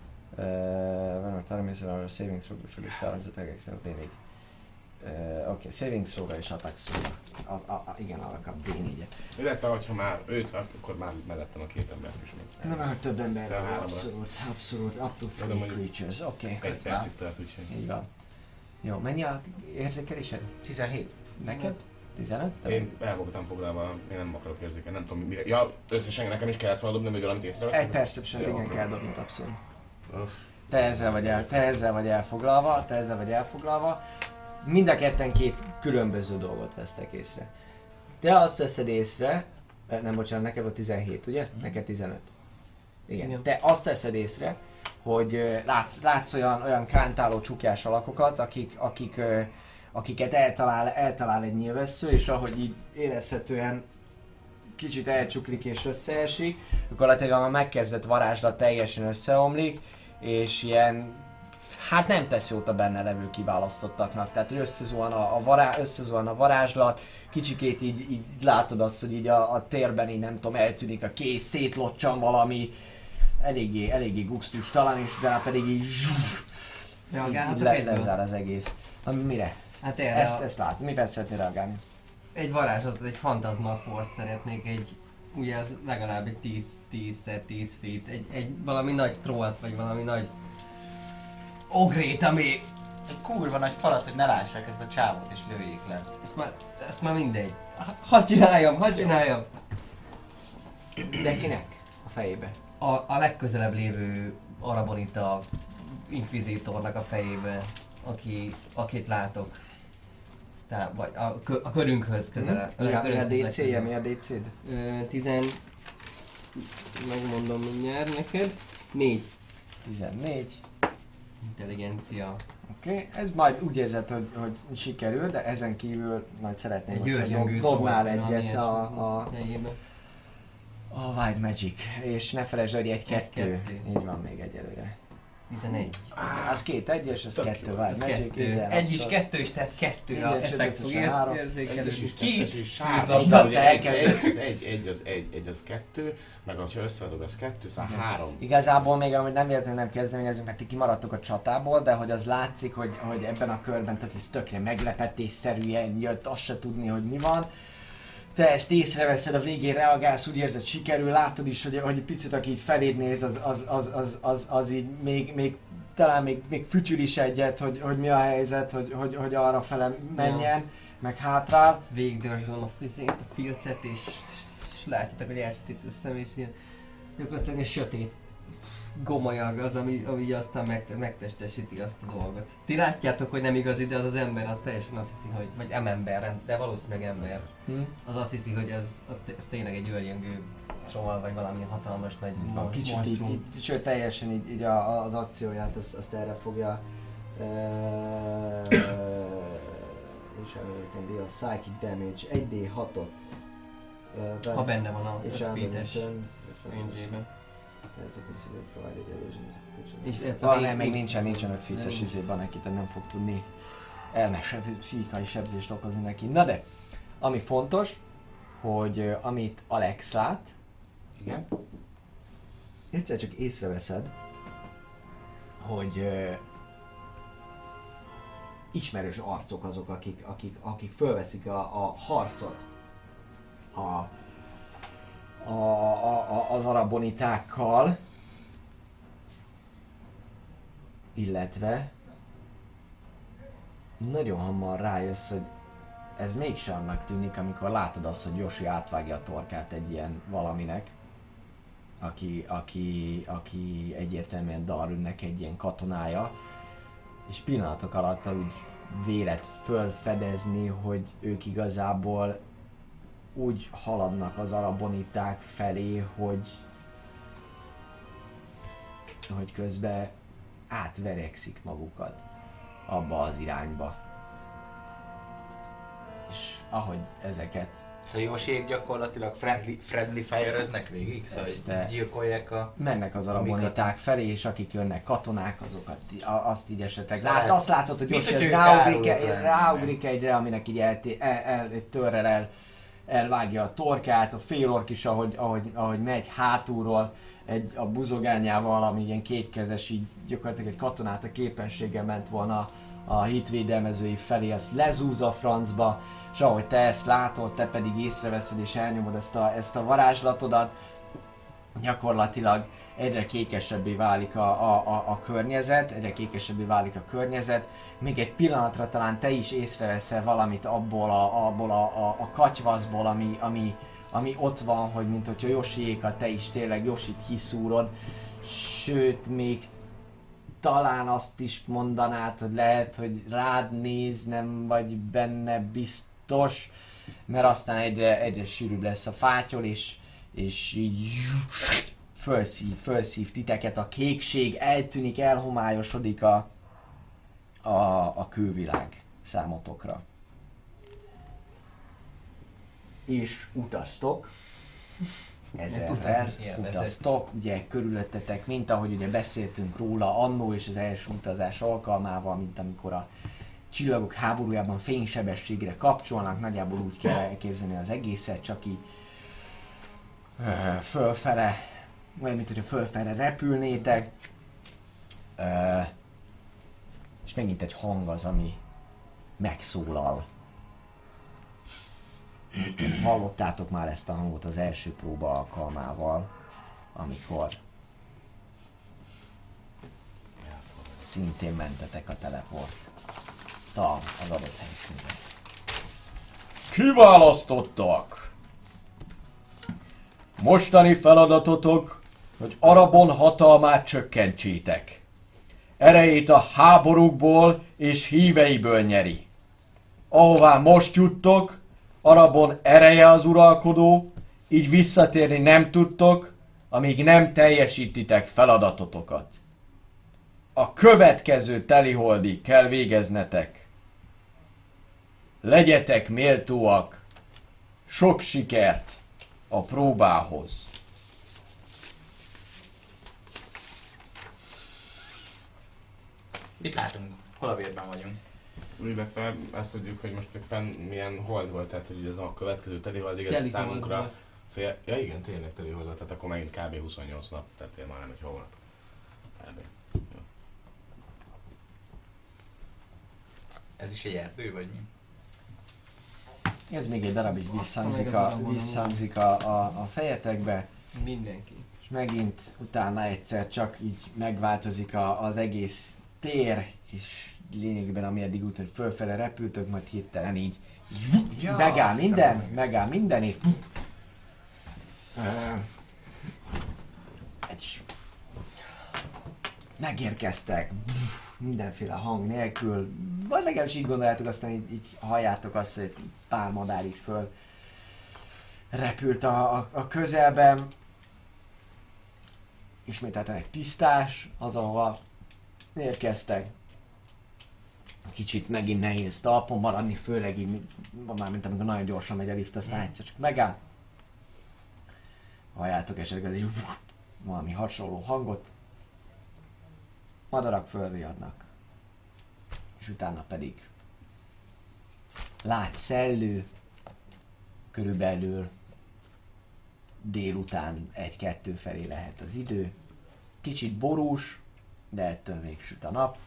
van a természetesen a saving throw fölül spellenzett egekre dé négy. Uh, Oké, okay. saving throw-ra és attack throw-ra. A, a, a, igen, arra kap dé négyet. Illetve, hogyha már őt, akkor már mellettem a két embert is még. Na már több ember, De háromra. abszolút, abszolút, up to De three mondjuk creatures, oké, okay, Egy percig tart, úgyhogy. így van. Jó, mennyi a érzékelésed? tizenhét. Neked? tizenöt? Te Én el voltam foglalva, én nem akarok érzékelni, nem tudom mire. Ja, összesen nekem is kellett volna dobni, hogy valamit észreveszem. Egy perception Jó. igen kell dobnod abszolút. Uff. Te ezzel vagy, el, te ezzel vagy elfoglalva, te ezzel vagy elfoglalva. Mind a ketten két különböző dolgot vesztek észre. Te azt veszed észre, eh, nem bocsánat, neked volt tizenhét, ugye? Neked tizenöt. Igen. Igen. Te azt veszed észre, hogy eh, látsz, látsz olyan, olyan kántáló csukjás alakokat, akik, akik, eh, akiket eltalál, eltalál egy nyilvessző, és ahogy így érezhetően kicsit elcsuklik és összeesik, gyakorlatilag a megkezdett varázslat teljesen összeomlik, és ilyen, hát nem tesz jót a benne levő kiválasztottaknak, tehát hogy összezuhan a, a, vará, összezuhan a varázslat, kicsikét így, így látod azt, hogy így a, a térben így nem tudom, eltűnik a kéz, szétlocsan valami, eléggé, eléggé gusztustalan, és utána pedig így, így le, lezár az egész. Na, mire? Hát erre Ezt, a... ezt lát, mivel szeretnél reagálni? Egy varázslatot, egy Phantasmal Force szeretnék, egy, ugye az legalább egy tíz tíz feet, egy, egy valami nagy trollt, vagy valami nagy ogrét, ami... Egy kurva nagy falat, hogy ne lássák ezt a csávot és lőjék le. Ezt már, ezt már mindegy. Hadd csináljam, hadd csináljam! De kinek? A fejébe. A, a legközelebb lévő Arabonita Inquisitornak a fejébe, aki, akit látok. Tehát, vagy a, kö, a körünkhöz közel. Mi a, mi a dé cé-je, mi a dé cé-d? Tizen... Megmondom mindjárt neked. Négy. tizennégy. Intelligencia. Oké, okay. Ez majd úgy érzed, hogy, hogy sikerül, de ezen kívül majd szeretném, Egy hogy őrjöngő dobnál troll, valami egyet a, a, ilyesmi. a Wild Magic, és ne felejtsd, hogy egy-kettő. Egy-kettő. Így van még egyelőre. tizenegy. Az két egyes, az Tök kettő jó. Wild Az Magic. kettő. igen, Egy is abszolút. kettő is, tehát kettő. Igen, A és effekt fog összesen három. érzékelni. Egyes is, Ki? kettes is, három. Tíz darab. Ugye Te egy, elkezdesz. egy, az egy, egy az egy, egy az kettő, meg ha összeadod az kettő, szóval három. Igazából még amúgy nem véletlenül nem kezdeményezünk, mert ti kimaradtok a csatából, de hogy az látszik, hogy, hogy ebben a körben, tehát ez tökre meglepetésszerűen jött, azt se tudni, hogy mi van. Te ezt észreveszed, a végén reagálsz, úgy érzed, sikerül, látod is, hogy, hogy egy picit, aki így feléd néz, az, az, az, az, az, az így még, még talán még, még fütyül is egyet, hogy, hogy mi a helyzet, hogy, hogy, hogy arra fele menjen, ja. meg hátrál. Végigdörzsölöm a fizét, a filcet, és, és látjátok, hogy elsötét szem, és ilyen gyakorlatilag egy sötét gomolyag az, ami, ami aztán meg, megtestesíti azt a dolgot. Ti látjátok, hogy nem igazi, de az az ember az teljesen azt hiszi, hogy, vagy nem ember, de valószínűleg ember. Hm? Az azt hiszi, hogy ez, az, ez tényleg egy őrjöngő troll, vagy valami hatalmas nagy A mo- kicsit így, monstrum. így, sőt teljesen így, így a, az akcióját azt, azt erre fogja uh, és can deal psychic damage egy dé hatot uh, Ha benne van a és öt feet-es elmeneten range-ében. És És illetve ah, még- nem, még nincsen, nincsen öt feet-es izében neki, tehát nem fog tudni elmesebb pszichikai sebzést okozni neki. Na de, ami fontos, hogy uh, amit Alex lát, Igen. egyszer csak észreveszed, hogy uh, ismerős arcok azok, akik, akik, akik fölveszik a, a harcot a, a, a, a, az arabonitákkal, illetve nagyon hamar rájössz, hogy ez mégse annak tűnik, amikor látod azt, hogy Yoshi átvágja a torkát egy ilyen valaminek, aki, aki, aki egyértelműen Darwinnek egy ilyen katonája, és pillanatok alatt úgy vélet fölfedezni, hogy ők igazából úgy haladnak az araboniták felé, hogy, hogy közben átverekszik magukat abba az irányba. És ahogy ezeket Szóval Josiék gyakorlatilag friendly, friendly fire-öznek végig, szóval Ezt, így gyilkolják a... mennek az araboniták felé, és akik jönnek katonák, azokat a- azt így esetleg Szóval lát, azt látod, hogy mint Yoshi hogy ez ők ráugrik, árulók egy, lennének. ráugrik egyre, aminek így elté, el, el, egy törrel el, elvágja a torkát, a félork is, ahogy, ahogy, ahogy megy hátulról, egy, a buzogányával, ami ilyen kétkezes, így gyakorlatilag egy katonát a képességgel ment volna a hitvédelmezői felé, ezt lezúz a francba, és ahogy te ezt látod, te pedig észreveszed és elnyomod ezt a, ezt a varázslatodat, gyakorlatilag egyre kékesebbé válik a, a, a, a környezet, egyre kékesebbé válik a környezet, még egy pillanatra talán te is észreveszel valamit abból a, abból a, a, a katyvaszból, ami, ami, ami ott van, hogy mint hogyha Yoshiékat te is tényleg Yoshit kiszúrod, sőt még talán azt is mondanád, hogy lehet, hogy rád néz, nem vagy benne biztos, mert aztán egyre, egyre sűrűbb lesz a fátyol, és, és így fölszív, fölszív titeket a kékség, eltűnik, elhomályosodik a, a, a külvilág számotokra. És utaztok ezerrel Ilyen utaztok, ugye körülöttetek, mint ahogy ugye beszéltünk róla annó és az első utazás alkalmával, mint amikor a csillagok háborújában fénysebességre kapcsolnak, nagyjából úgy kell elképzelni az egészet, csak így ö, fölfele, olyan, mint hogyha fölfele repülnétek. Ö, és megint egy hang az, ami megszólal. Hallottátok már ezt a hangot az első próba alkalmával, amikor szintén mentetek a teleporttal az adott helyszínre. Kiválasztottak! Mostani feladatotok, hogy Arabon hatalmát csökkentsétek. Erejét a háborúkból és híveiből nyeri. Ahová most juttok, Arabon ereje az uralkodó, így visszatérni nem tudtok, amíg nem teljesítitek feladatotokat. A következő teliholdig kell végeznetek. Legyetek méltóak, sok sikert a próbához. Mit látunk? Hol a vérben vagyunk? Illetve ezt tudjuk, hogy most éppen milyen hold volt, tehát hogy ez a következő telihold, igaz Teli számunkra hold fél... Ja igen, tényleg telihold volt, tehát akkor megint kb. huszonnyolc nap, tehát én már nem egy hónap. Kb. Ja. Ez is egy erdő, vagy mi? Ez még egy darabig visszhangzik Azt mondom, a, ez az visszhangzik a, a, a fejetekbe, Mindenki. és megint utána egyszer csak így megváltozik a, az egész tér, és lényegében ami eddig úgy, hogy fölfele repültök, majd hirtelen így Ja, megáll azt minden, hittem, megáll minden, és Ö, egy megérkeztek mindenféle hang nélkül, vagy legalábbis így gondoljátok, aztán így, így halljátok azt, hogy pár madár így föl repült a, a, a közelben. Ismételten egy tisztás, az ahova érkeztek. Kicsit megint nehéz talpon maradni, főleg így, már mint amikor nagyon gyorsan megy a lift, aztán egyszer csak megáll. Halljátok esetleg az így valami hasonló hangot. Madarak fölriadnak. És utána pedig lát szellő, körülbelül délután egy-kettő felé lehet az idő. Kicsit borús, de ettől még süt a nap.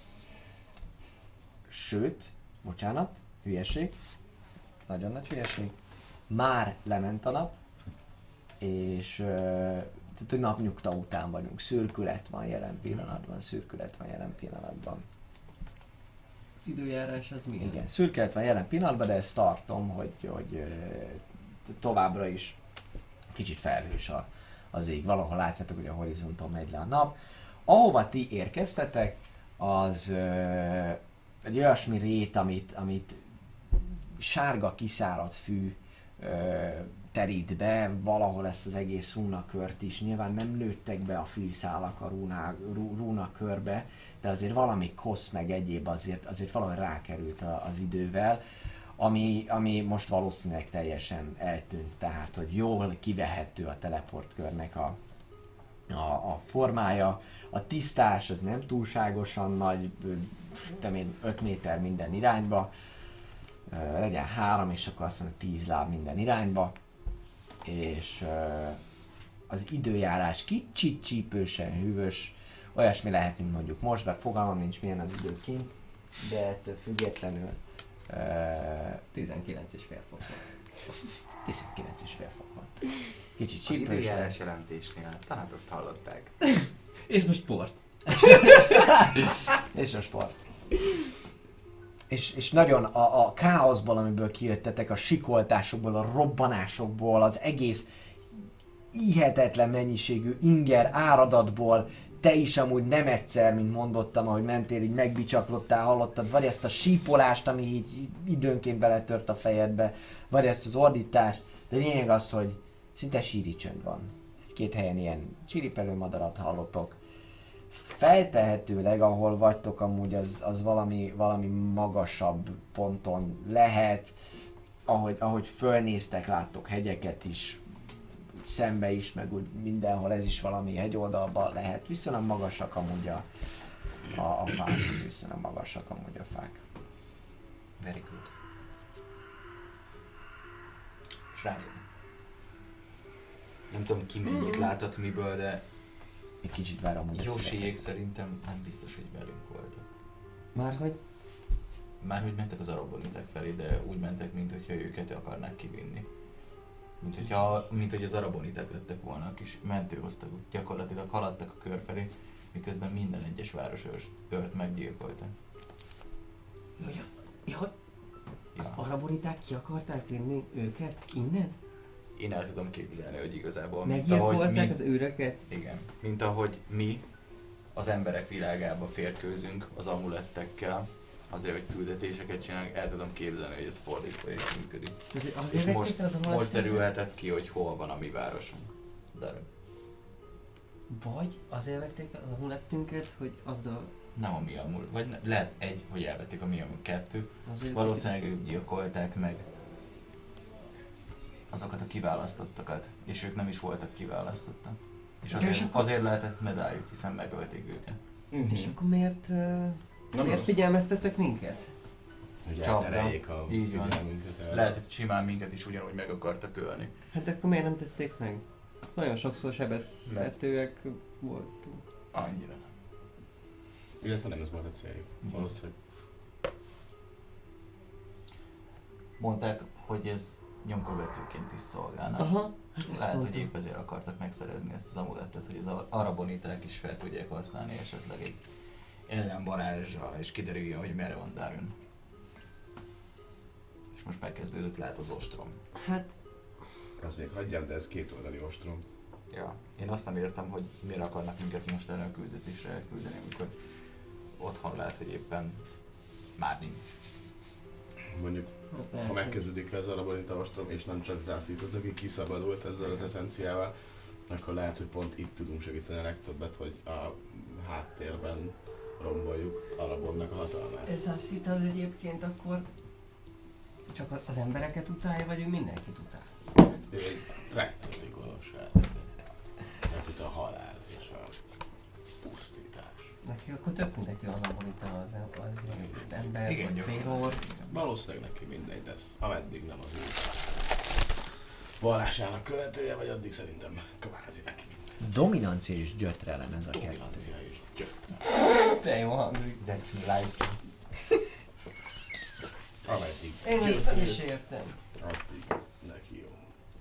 Sőt, bocsánat, hülyeség, nagyon nagy hülyeség, már lement a nap, és uh, tehát, hogy napnyugta után vagyunk, szürkület van jelen pillanatban, szürkület van jelen pillanatban. Az időjárás az milyen? Igen, szürkület van jelen pillanatban, de ezt tartom, hogy, hogy uh, továbbra is kicsit felhős a, az ég. Valahol látjátok, hogy a horizonton megy le a nap. Ahova ti érkeztetek, az uh, egy olyasmi rét, amit, amit sárga kiszáradt fű uh, terít be, valahol ezt az egész rúnakört is. Nyilván nem nőttek be a fűszálak a rúná, rú, rúnakörbe, de azért valami kosz meg egyéb azért, azért valahogy rákerült a, az idővel, ami, ami most valószínűleg teljesen eltűnt, tehát hogy jól kivehető a teleportkörnek a, a, a formája. A tisztás az nem túlságosan nagy, öt méter minden irányba, legyen három, és akkor azt mondom tíz láb minden irányba, és az időjárás kicsit csípősen hűvös, olyasmi lehet, mint mondjuk most, bár fogalmam nincs milyen az idő kint, de ettől függetlenül tizenkilenc és fél fok van. tizenkilenc és fél fok van. Kicsit Az csípős. időjárás jelentésnél, talán azt hallották. És most sport. És a sport. És, és nagyon a, a káoszból, amiből kijöttetek, a sikoltásokból, a robbanásokból, az egész hihetetlen mennyiségű inger áradatból, te is amúgy nem egyszer, mint mondottam, ahogy mentél, így megbicsaklottál, hallottad, vagy ezt a sípolást, ami így időnként beletört a fejedbe, vagy ezt az ordítást, de lényeg az, hogy szinte síri csönd van. Két helyen ilyen csiripelő madarat hallottok. Feltehetőleg, ahol vagytok amúgy, az, az valami, valami magasabb ponton lehet. Ahogy, ahogy fölnéztek, láttok hegyeket is. szembe is, meg úgy mindenhol ez is valami hegyoldalban lehet. Viszonylag magasak amúgy a, a, a fák, viszonylag magasak amúgy a fák. Very good. Srácok. Nem tudom ki mennyit látott miből, de Egy kicsit várom, hogy Josiék szerintem nem biztos, hogy velünk voltak. Márhogy? Márhogy mentek az arabonitek felé, de úgy mentek, mint hogyha őket akarnák kivinni. Mint, hogyha, mint hogy az arabonitek lettek volna a kis mentőosztagok. Gyakorlatilag haladtak a kör felé, miközben minden egyes város őrt meggyilkoltak. Jaj, jaj, az araboniták ki akarták vinni őket innen? Én el tudom képzelni, hogy igazából, mint ahogy Meggyilkolták mi, az őröket? igen, mint ahogy mi az emberek világába férkőzünk az amulettekkel, azért, hogy küldetéseket csinálunk, el tudom képzelni, hogy ez fordítva is működik. Azért És vették most, az amuletteket? most derülhetett ki, hogy hol van a mi városunk. De Vagy azért vették az amulettünket, hogy azzal... nem a mi amulet, vagy ne, lehet egy, hogy elvették a mi amulet, kettő. Azért Valószínűleg ők gyilkolták meg azokat a kiválasztottakat, és ők nem is voltak kiválasztottak. És De azért, és akkor- azért lehetett medáljuk, hiszen megölték őket. És akkor miért, uh, Na miért most, figyelmeztettek minket? hogy Csapda. eltereljék a Így van. figyelmünket erre. Lehet, hogy simán minket is ugyanúgy meg akartak ölni. Hát akkor miért nem tették meg? Nagyon sokszor sebezhetőek voltunk. Annyira. Illetve nem ez volt a céljuk. Valószínűleg. Mondták, hogy ez nyomkövetőként is szolgálna. Aha. Hát ezt Lehet, hogy mondtam. épp ezért akartak megszerezni ezt az amulettet, hogy az araboniták is fel tudják használni esetleg egy ellenvarázsra, és kiderüljön, hogy merre van Darun. És most megkezdődött lehet az ostrom. Hát, Az még hagyjam, de ez két oldali ostrom. Ja, én azt nem értem, hogy miért akarnak minket most erre a küldetésre elküldeni, amikor otthon lehet, hogy éppen már nincs. Mondjuk, ha megkezdődik ez a arabonita ostrom, és nem csak Zászít az, aki kiszabadult ezzel az eszenciával, akkor lehet, hogy pont itt tudunk segíteni a legtöbbet, hogy a háttérben romboljuk Arabonnak a hatalmát. ez azt hitt az egyébként akkor csak az embereket utálja, vagy ő mindenkit utál? Ő egy rektori gonoszság. Nekült a halál és a pusztítás. Neki akkor tök mindegy, hogy van itt az, az ember, Igen, vagy gyakorlatilag. Féror. Valószínűleg neki mindegy lesz, ameddig nem az ő vallásának követője, vagy addig szerintem kvázi neki mindegy. Dominancia és gyötrelem ez a kettő. Dominancia és gyötrelem. De jó hangzik. That's me life. Ameddig Én ezt nem is gyötrelsz, értem. addig neki jó.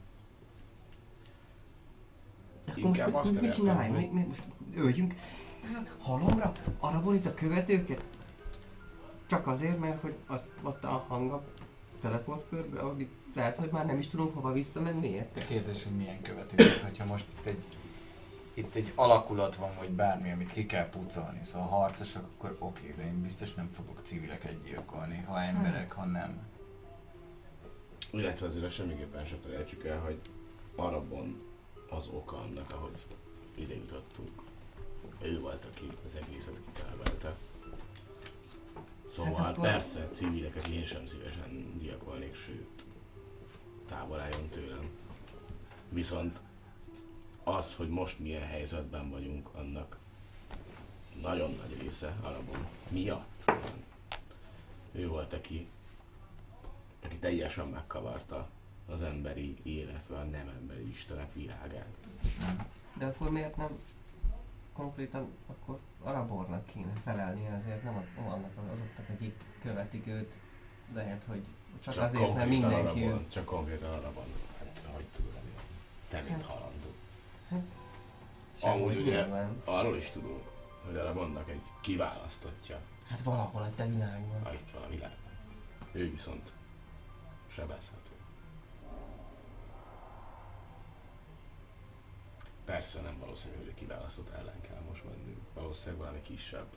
Akkor Inkább most azt mit, mit nem csináljunk? értem, Mi, mi most öljünk halomra? Arabonita követőket? Csak azért, mert hogy az, ott a hang a teleportkörbe, ahogy lehet, hogy már nem is tudunk hova visszamenni, érted? A kérdés, hogy milyen követőket, hogyha most itt egy, itt egy alakulat van, vagy bármi, amit ki kell pucolni, szóval harcosok, akkor oké, de én biztos nem fogok civileket gyilkolni, ha emberek, ha nem. Illetve azért semmiképpen se felejtsük el, hogy Arabon az oka annak, ahogy ide jutottunk. Ő volt, aki az egészet kitervelte. Szóval Hát hát akkor- persze, civileket én sem szívesen gyilkolnék, sőt, távol álljon tőlem. Viszont az, hogy most milyen helyzetben vagyunk, annak nagyon nagy része Arabon miatt van. Ő volt, aki, aki teljesen megkavarta az emberi, illetve a nem emberi istenek világát. De akkor miért nem konkrétan akkor Arabornak kéne felelni ezért, nem, a, nem annak azoknak, akik követik őt. Lehet, hogy csak, csak azért, mert konkrétan mindenki arra ő. van, csak konkrétan arra van. Hát, hogy tudod, te mint Hát. halandó. Sehogy Amúgy ugye nyilván. arról is tudunk, hogy arra vannak egy kiválasztottja, Hát valahol a te világban. ha itt van a világban. Ő viszont sebezhető. Persze nem valószínű, hogy a kiválasztott ellen kell most mennünk. Valószínűleg valami kisebb.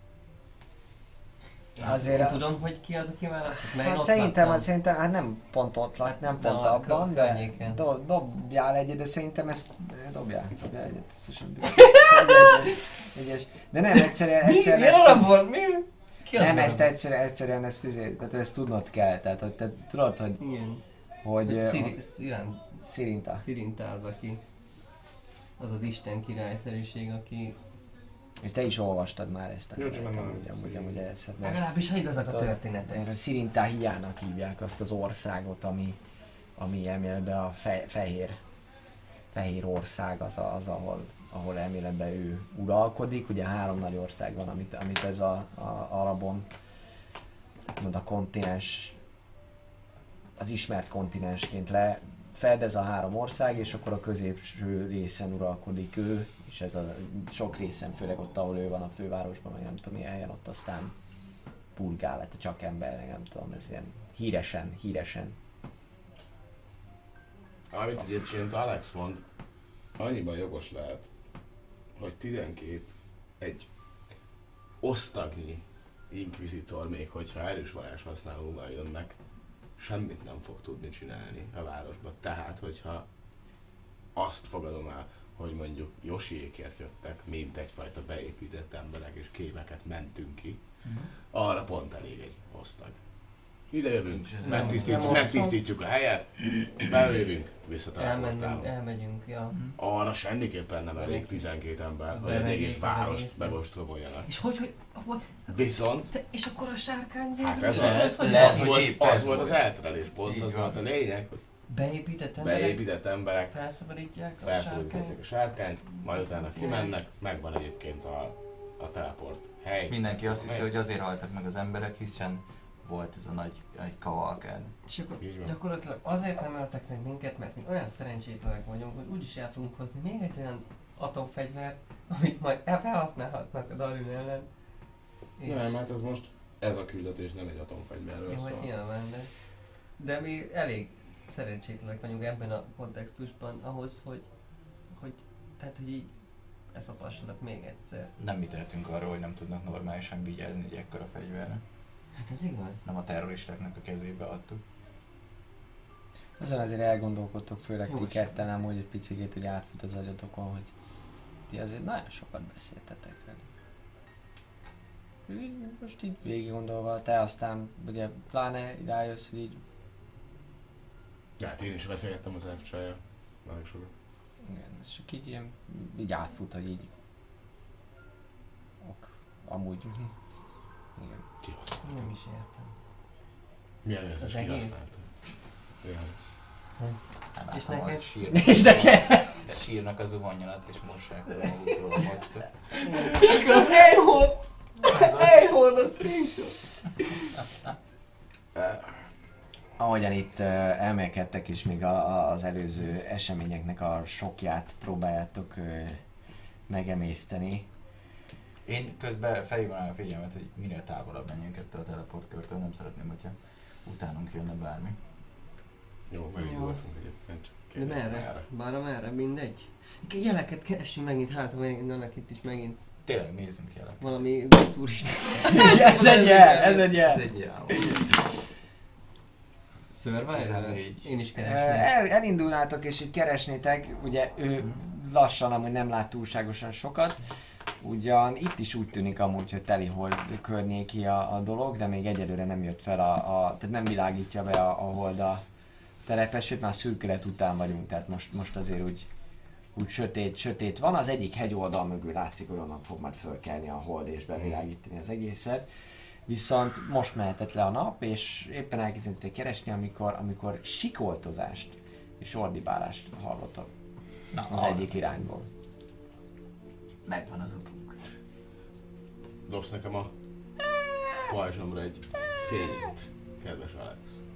Azért Én a- tudom, hogy ki az, aki választott, mert én Hát ott szerintem, láttam. szerintem, hát nem pont ott lát, Hát, nem de pont a abban, kö- de környéken. do, dobjál egyet, de szerintem ezt dobjál, dobjál egyet, biztosan. Egyes, egyes. De nem, egyszerűen, Mi? egyszerűen Mi ezt, Arabor? Mi? Ki az nem, ezt Arabor? egyszerűen, egyszerűen ezt, izé- tehát ezt tudnod kell, tehát hogy te tudod, hogy Igen. hogy... ö, Sziri, Szirán, Szirinta. Szirinta az, aki... Az az isten királyszerűség, aki... És te is olvastad már ezt a Jó, csak nevet, nem amúgy, amúgy, amúgy eszedbe. Legalábbis ha igazak a Tehát, történetek. erre Szirintá hiának hívják azt az országot, ami, ami elméletben a fe, fehér, fehér ország az, a, az ahol, ahol elméletben ő uralkodik. Ugye három nagy ország van, amit, amit ez a, a Arabon, mond a kontinens, az ismert kontinensként lefed ez a három ország, és akkor a középső részen uralkodik ő, és ez a sok részen, főleg ott, ahol ő van a fővárosban, vagy nem tudom milyen helyen, ott aztán purgál, vagy csak ember, nem tudom, ez ilyen híresen, híresen. Amit egyébként Alex mond, annyiban jogos lehet, hogy tizenkét egy osztagnyi inkvizitor, még hogyha erős varázshasználóval jönnek, semmit nem fog tudni csinálni a városba. Tehát, hogyha azt fogadom el, hogy mondjuk Josiékért jöttek, mint egyfajta beépített emberek, és kémeket mentünk ki, uh-huh. arra pont elég egy osztag. Ide jövünk, megtisztítjuk, megtisztítjuk a helyet, bejövünk, visszateleportálunk. Elmegyünk, ja. Arra semmiképpen nem elég tizenkét ember, hogy egy egész várost megostromoljanak. És hogy, hogy, hogy... Viszont... Te, és akkor a sárkány végül Hát ez is- az, ez hogy lehet, az, hogy volt, épp az ez volt az volt. elterelés pont, Így az van. volt a lényeg, hogy beépített emberek beépített emberek felszabadítják a felszabadítják sárkányt. a sárkányt, majd utána kimennek, megvan egyébként a, a teleport hely. És mindenki azt hiszi, hogy azért haltak meg az emberek, hiszen volt ez a nagy egy kavalkád. És akkor Így van. gyakorlatilag azért nem öltek meg minket, mert mi olyan szerencsétlenek vagyunk, hogy úgyis el fogunk hozni még egy olyan atomfegyvert, amit majd felhasználhatnak a Darwin ellen. És Nem, hát ez most ez a küldetés nem egy atomfegyverről jó, hogy szól. nyilván, de, de mi elég szerencsétlenek vagyunk ebben a kontextusban ahhoz, hogy, hogy tehát, hogy így elszapassanak még egyszer. Nem mi tehetünk arról, hogy nem tudnak normálisan vigyázni egy ekkora fegyverre. Hát ez igaz. Nem a terroristáknak a kezébe adtuk. Azon azért elgondolkodtok, főleg Jó ti is. ketten amúgy egy picikét, hogy átfut az agyatokon, hogy ti azért nagyon sokat beszéltetek velük. Így most így végig gondolva, te aztán ugye pláne rájössz, hogy így, Ja, hát én is beszélgettem az elfcsájjal. Nagyon sokat. igen, ez csak így, ilyen, így átfut, hogy így ok, amúgy, mhm. igen. Kihasználtam. Nem is értem. Milyen érzés Az egész? kihasználtam? Ja. Nem És láttam, neked? hogy sírnak, És neked? sírnak a zuhany alatt és mossák le magukról a macskát. Az Einhorn! Einhorn az Ahogyan itt uh, elmélkedtek és még a, a, az előző eseményeknek a sokját próbáljátok uh, megemészteni. Én közben felhívom a figyelmet, hogy minél távolabb menjünk ettől a teleportkörtől, nem szeretném, hogyha utánunk jönne bármi. Jó, megint Jó. voltunk egyébként. csak De kérdés, merre? Bár merre? Mindegy. Jeleket keresünk megint, hát ha megint itt is megint Tényleg nézzünk jelek. valami turista. ez egy jel, ez egy Ez jel. egy jel. Survival? tizennégy. Én is Uh, keresném. el, elindulnátok és így keresnétek, ugye ő lassan amúgy nem lát túlságosan sokat, ugyan itt is úgy tűnik amúgy, hogy telihold környéki a, a dolog, de még egyelőre nem jött fel a, a tehát nem világítja be a, a hold a telepet, sőt már szürkület után vagyunk, tehát most, most azért úgy, úgy sötét, sötét van. Az egyik hegyoldal mögül látszik, hogy onnan fog majd fölkelni a hold és bevilágítani az egészet. Viszont most mehetett le a nap, és éppen elkezdődtek keresni, amikor, amikor sikoltozást és ordibálást hallottak Na, az hallom. egyik irányból. Megvan az utunk. Dobsz nekem a pajzsomra egy fényt, kedves Alex.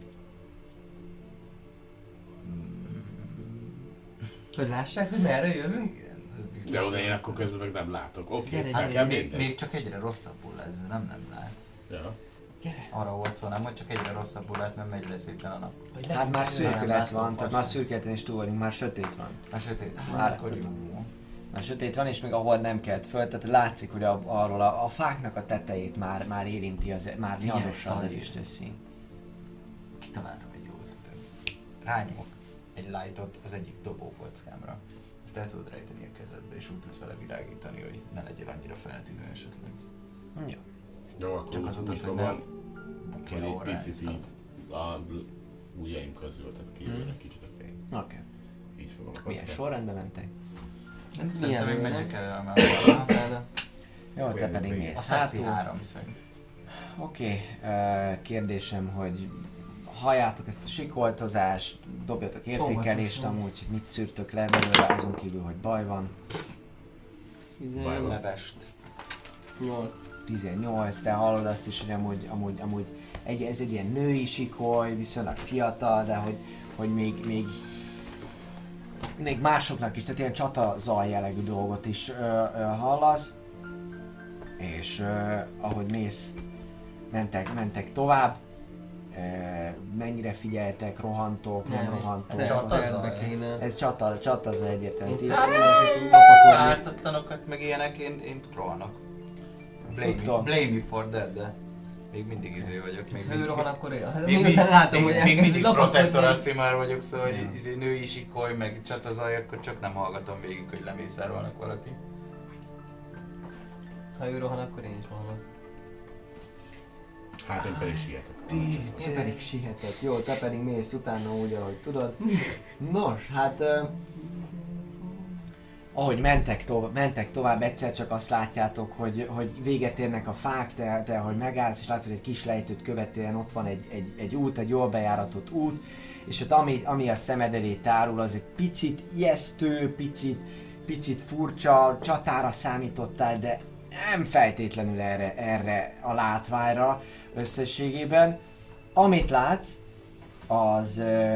Hogy lássák, hogy merre jövünk? Igen, ez biztos. De oda én akkor közben meg nem látok. Oké, Gyere, okay. gyere, nekem még, mindegy. még csak egyre rosszabbul lesz, de nem, nem látsz. Ja. Gyere. Arra volt szó, nem, hogy csak egyre rosszabbul lát, mert megy le szépen a nap. Hogy Hát már nem szürkület látom van, tehát már azt. szürkületen is túl vagyunk, már sötét van. Már sötét. Már- Már akkor jó. Már sötét van, és még ahol nem kelt föl, tehát látszik, hogy a, arról a, a fáknak a tetejét már, már érinti, az, már Figyelj, nyalosan az Szaldi. is teszi. Kitaláltam egy jó ötletet. Rányomok egy lightot az egyik dobókockámra. Ezt el tudod rejteni a kezedbe, és úgy tudsz vele világítani, hogy ne legyél annyira feltűnő esetleg. Jó. Jó, akkor Csak az úgy utat, hogy fogom, nem hogy bukja egy orrá picit ezt így a- a ujjaim közül, tehát kijön egy kicsit a fény. Oké. Okay. Így fogom a Milyen kockát. sorrendben mentek? Szerintem még nem? megyek el, mert Jó, te pedig a mész szexi hátul. három viszony. Oké, okay. kérdésem, hogy halljátok ezt a sikoltozást, dobjatok érzékelést Óvatosan. amúgy, hogy mit szűrtök le belőle, azon kívül, hogy baj van. tizennyolc. Levest. tizennyolc, te hallod azt is, hogy amúgy, amúgy, amúgy egy, ez egy ilyen női sikoly, viszonylag fiatal, de hogy, hogy még, még, még másoknak is, tehát ilyen csata zaj jellegű dolgot is ö, ö, hallasz. És ö, ahogy mész, mentek, mentek tovább, ö, mennyire figyeltek, rohantok, nem, nem rohantok. csata Ez, zaj. kéne. ez csata, csata zaj egyértelmű. Én Tíz- Ártatlanokat meg ilyenek, én, én rohanok. Blame me, Tudtam. blame me for that, de még mindig izé vagyok. Még Ha ő rohan, akkor él. Hát még, még még, utána látom, még, hogy még mindig lapot Protector hogy- Asszimár vagyok, szóval Ja. hogy izé női sikoly, meg csatazaj, akkor csak nem hallgatom végig, hogy lemészárolnak valaki. Ha ő rohan, akkor én is rohanok. Hát én pedig sietek. Te pedig sihetett, jó, te pedig mész utána úgy, ahogy tudod. Nos, hát... Uh, ahogy mentek, tov- mentek tovább, egyszer csak azt látjátok, hogy, hogy véget érnek a fák, te, te ahogy megállsz, és látod, hogy egy kis lejtőt követően ott van egy, egy, egy út, egy jól bejáratott út, és ott ami, ami a szemed elé tárul, az egy picit ijesztő, picit, picit furcsa, csatára számítottál, de nem feltétlenül erre, erre a látványra összességében. Amit látsz, az ö,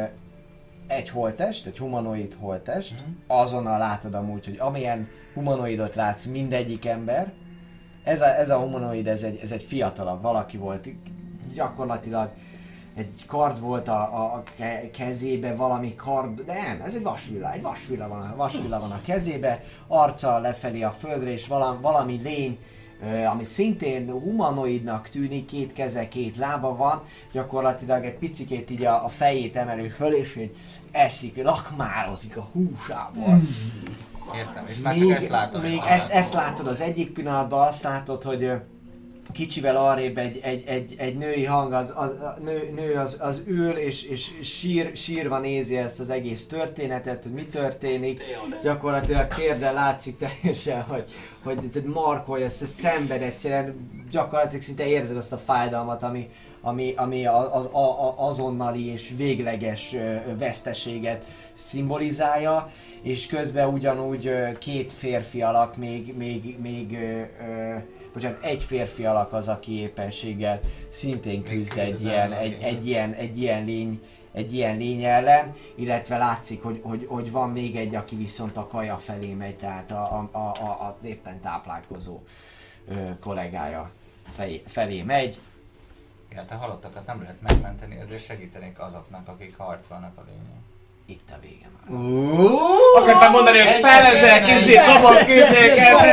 egy holttest, egy humanoid holttest. Azonnal látod amúgy, hogy amilyen humanoidot látsz, mindegyik ember. Ez a, ez a humanoid, ez egy, ez egy fiatalabb valaki volt, gyakorlatilag egy kard volt a, a, a ke- kezébe, valami kard, de nem, ez egy vasvilla, egy vasvilla van, vasvilla van a kezébe, arca lefelé a földre, és valami, valami lény, ö, ami szintén humanoidnak tűnik, két keze, két lába van, gyakorlatilag egy picikét így a, a fejét emelő föl, és így eszik, lakmározik a húsából. Értem, és már csak ezt látom. Még ezt, ezt látod az egyik pillanatban, azt látod, hogy ö, kicsivel arrébb egy, egy, egy, egy női hang, az, az, a nő, nő az, az ül és, és sír, sírva nézi ezt az egész történetet, hogy mi történik. Gyakorlatilag térdel látszik teljesen, hogy, hogy te markolj, ezt a szenved egyszerűen, gyakorlatilag szinte érzed azt a fájdalmat, ami, ami, ami az, az azonnali és végleges ö, veszteséget szimbolizálja, és közben ugyanúgy ö, két férfi alak még, még, még ö, ö, bocsánat, egy férfi alak az, aki éppenséggel szintén küzd egy ilyen, egy, egy, ilyen, egy ilyen lény, egy ilyen lény ellen, illetve látszik, hogy, hogy, hogy van még egy, aki viszont a kaja felé megy, tehát a, a, a, a, az éppen táplálkozó ö, kollégája felé, felé megy. Ja, te halottakat nem lehet megmenteni, ezért segítenék azoknak, akik harcolnak a lényen. Itt a vége már. Akartam mondani, hogy spellezek, izé, dobok, izé,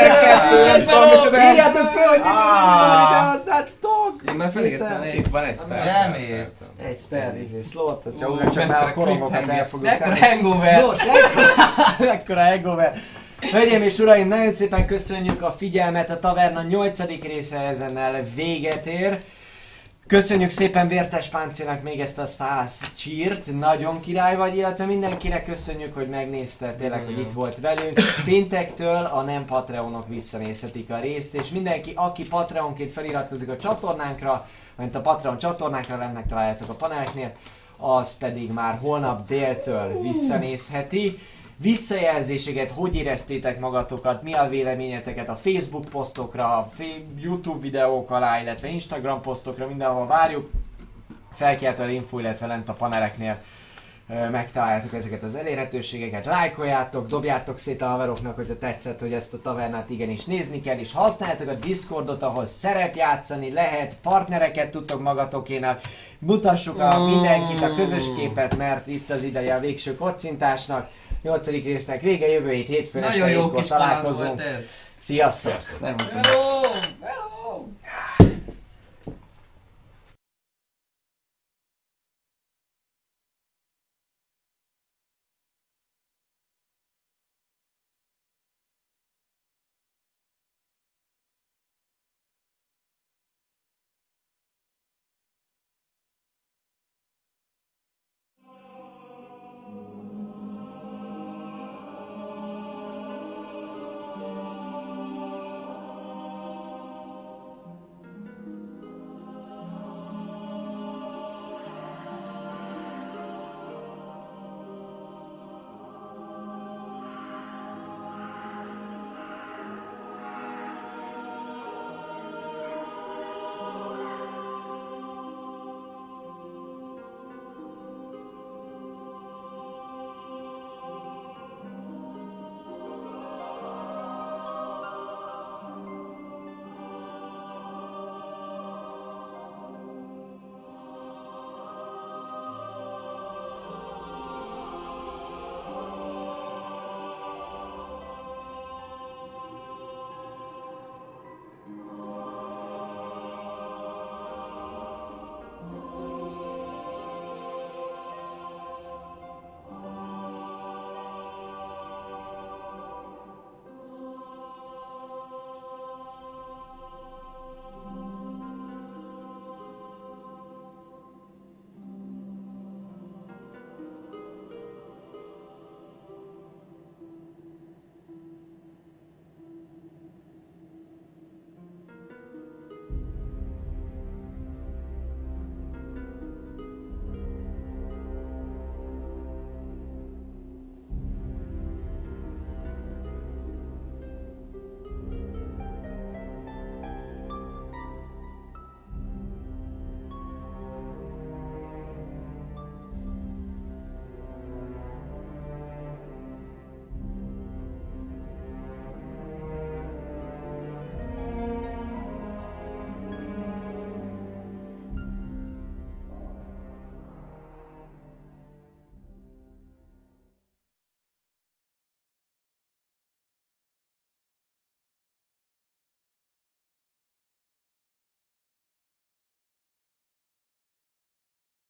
kettő, Írjátok fel, hogy mit használtok! Én már felírtam Itt egy. van egy spell. Elmét. Egy spell, izé, slot, hogyha Ú, úgy csak már a mekkora koromokat el cliffhanger. fogjuk Mekkora tenni. hangover! Nos, ekkora- ekkora hangover. Hölgyeim és uraim, nagyon szépen köszönjük a figyelmet, a taverna nyolcadik része ezennel véget ér. Köszönjük szépen Vértes Páncélnak még ezt a száz csírt, nagyon király vagy, illetve mindenkinek köszönjük, hogy megnézte, tényleg, hogy itt volt velünk. Péntektől a nem Patreonok visszanézhetik a részt, és mindenki, aki Patreonként feliratkozik a csatornánkra, mint a Patreon csatornánkra, lenn megtaláljátok a paneleknél, az pedig már holnap déltől visszanézheti. Visszajelzéseket, hogy éreztétek magatokat, mi a véleményeteket a Facebook posztokra, a YouTube videók alá, illetve Instagram posztokra, mindenhol várjuk. Felkeltől info, illetve lent a paneleknél ö, megtaláljátok ezeket az elérhetőségeket, lájkoljátok, dobjátok szét a haveroknak, hogyha tetszett, hogy ezt a tavernát igenis nézni kell, és használjátok a Discordot, ahol szerepjátszani lehet, partnereket tudtok magatokénak, mutassuk a mindenkit a közös képet, mert itt az ideje a végső kocintásnak. nyolcadik résznek vége, jövő hét hétfőn Nagyon jó este kis találkozunk. találkozunk. Volt ez. Sziasztok! Sziasztok. Szervusztok. Hello! Hello!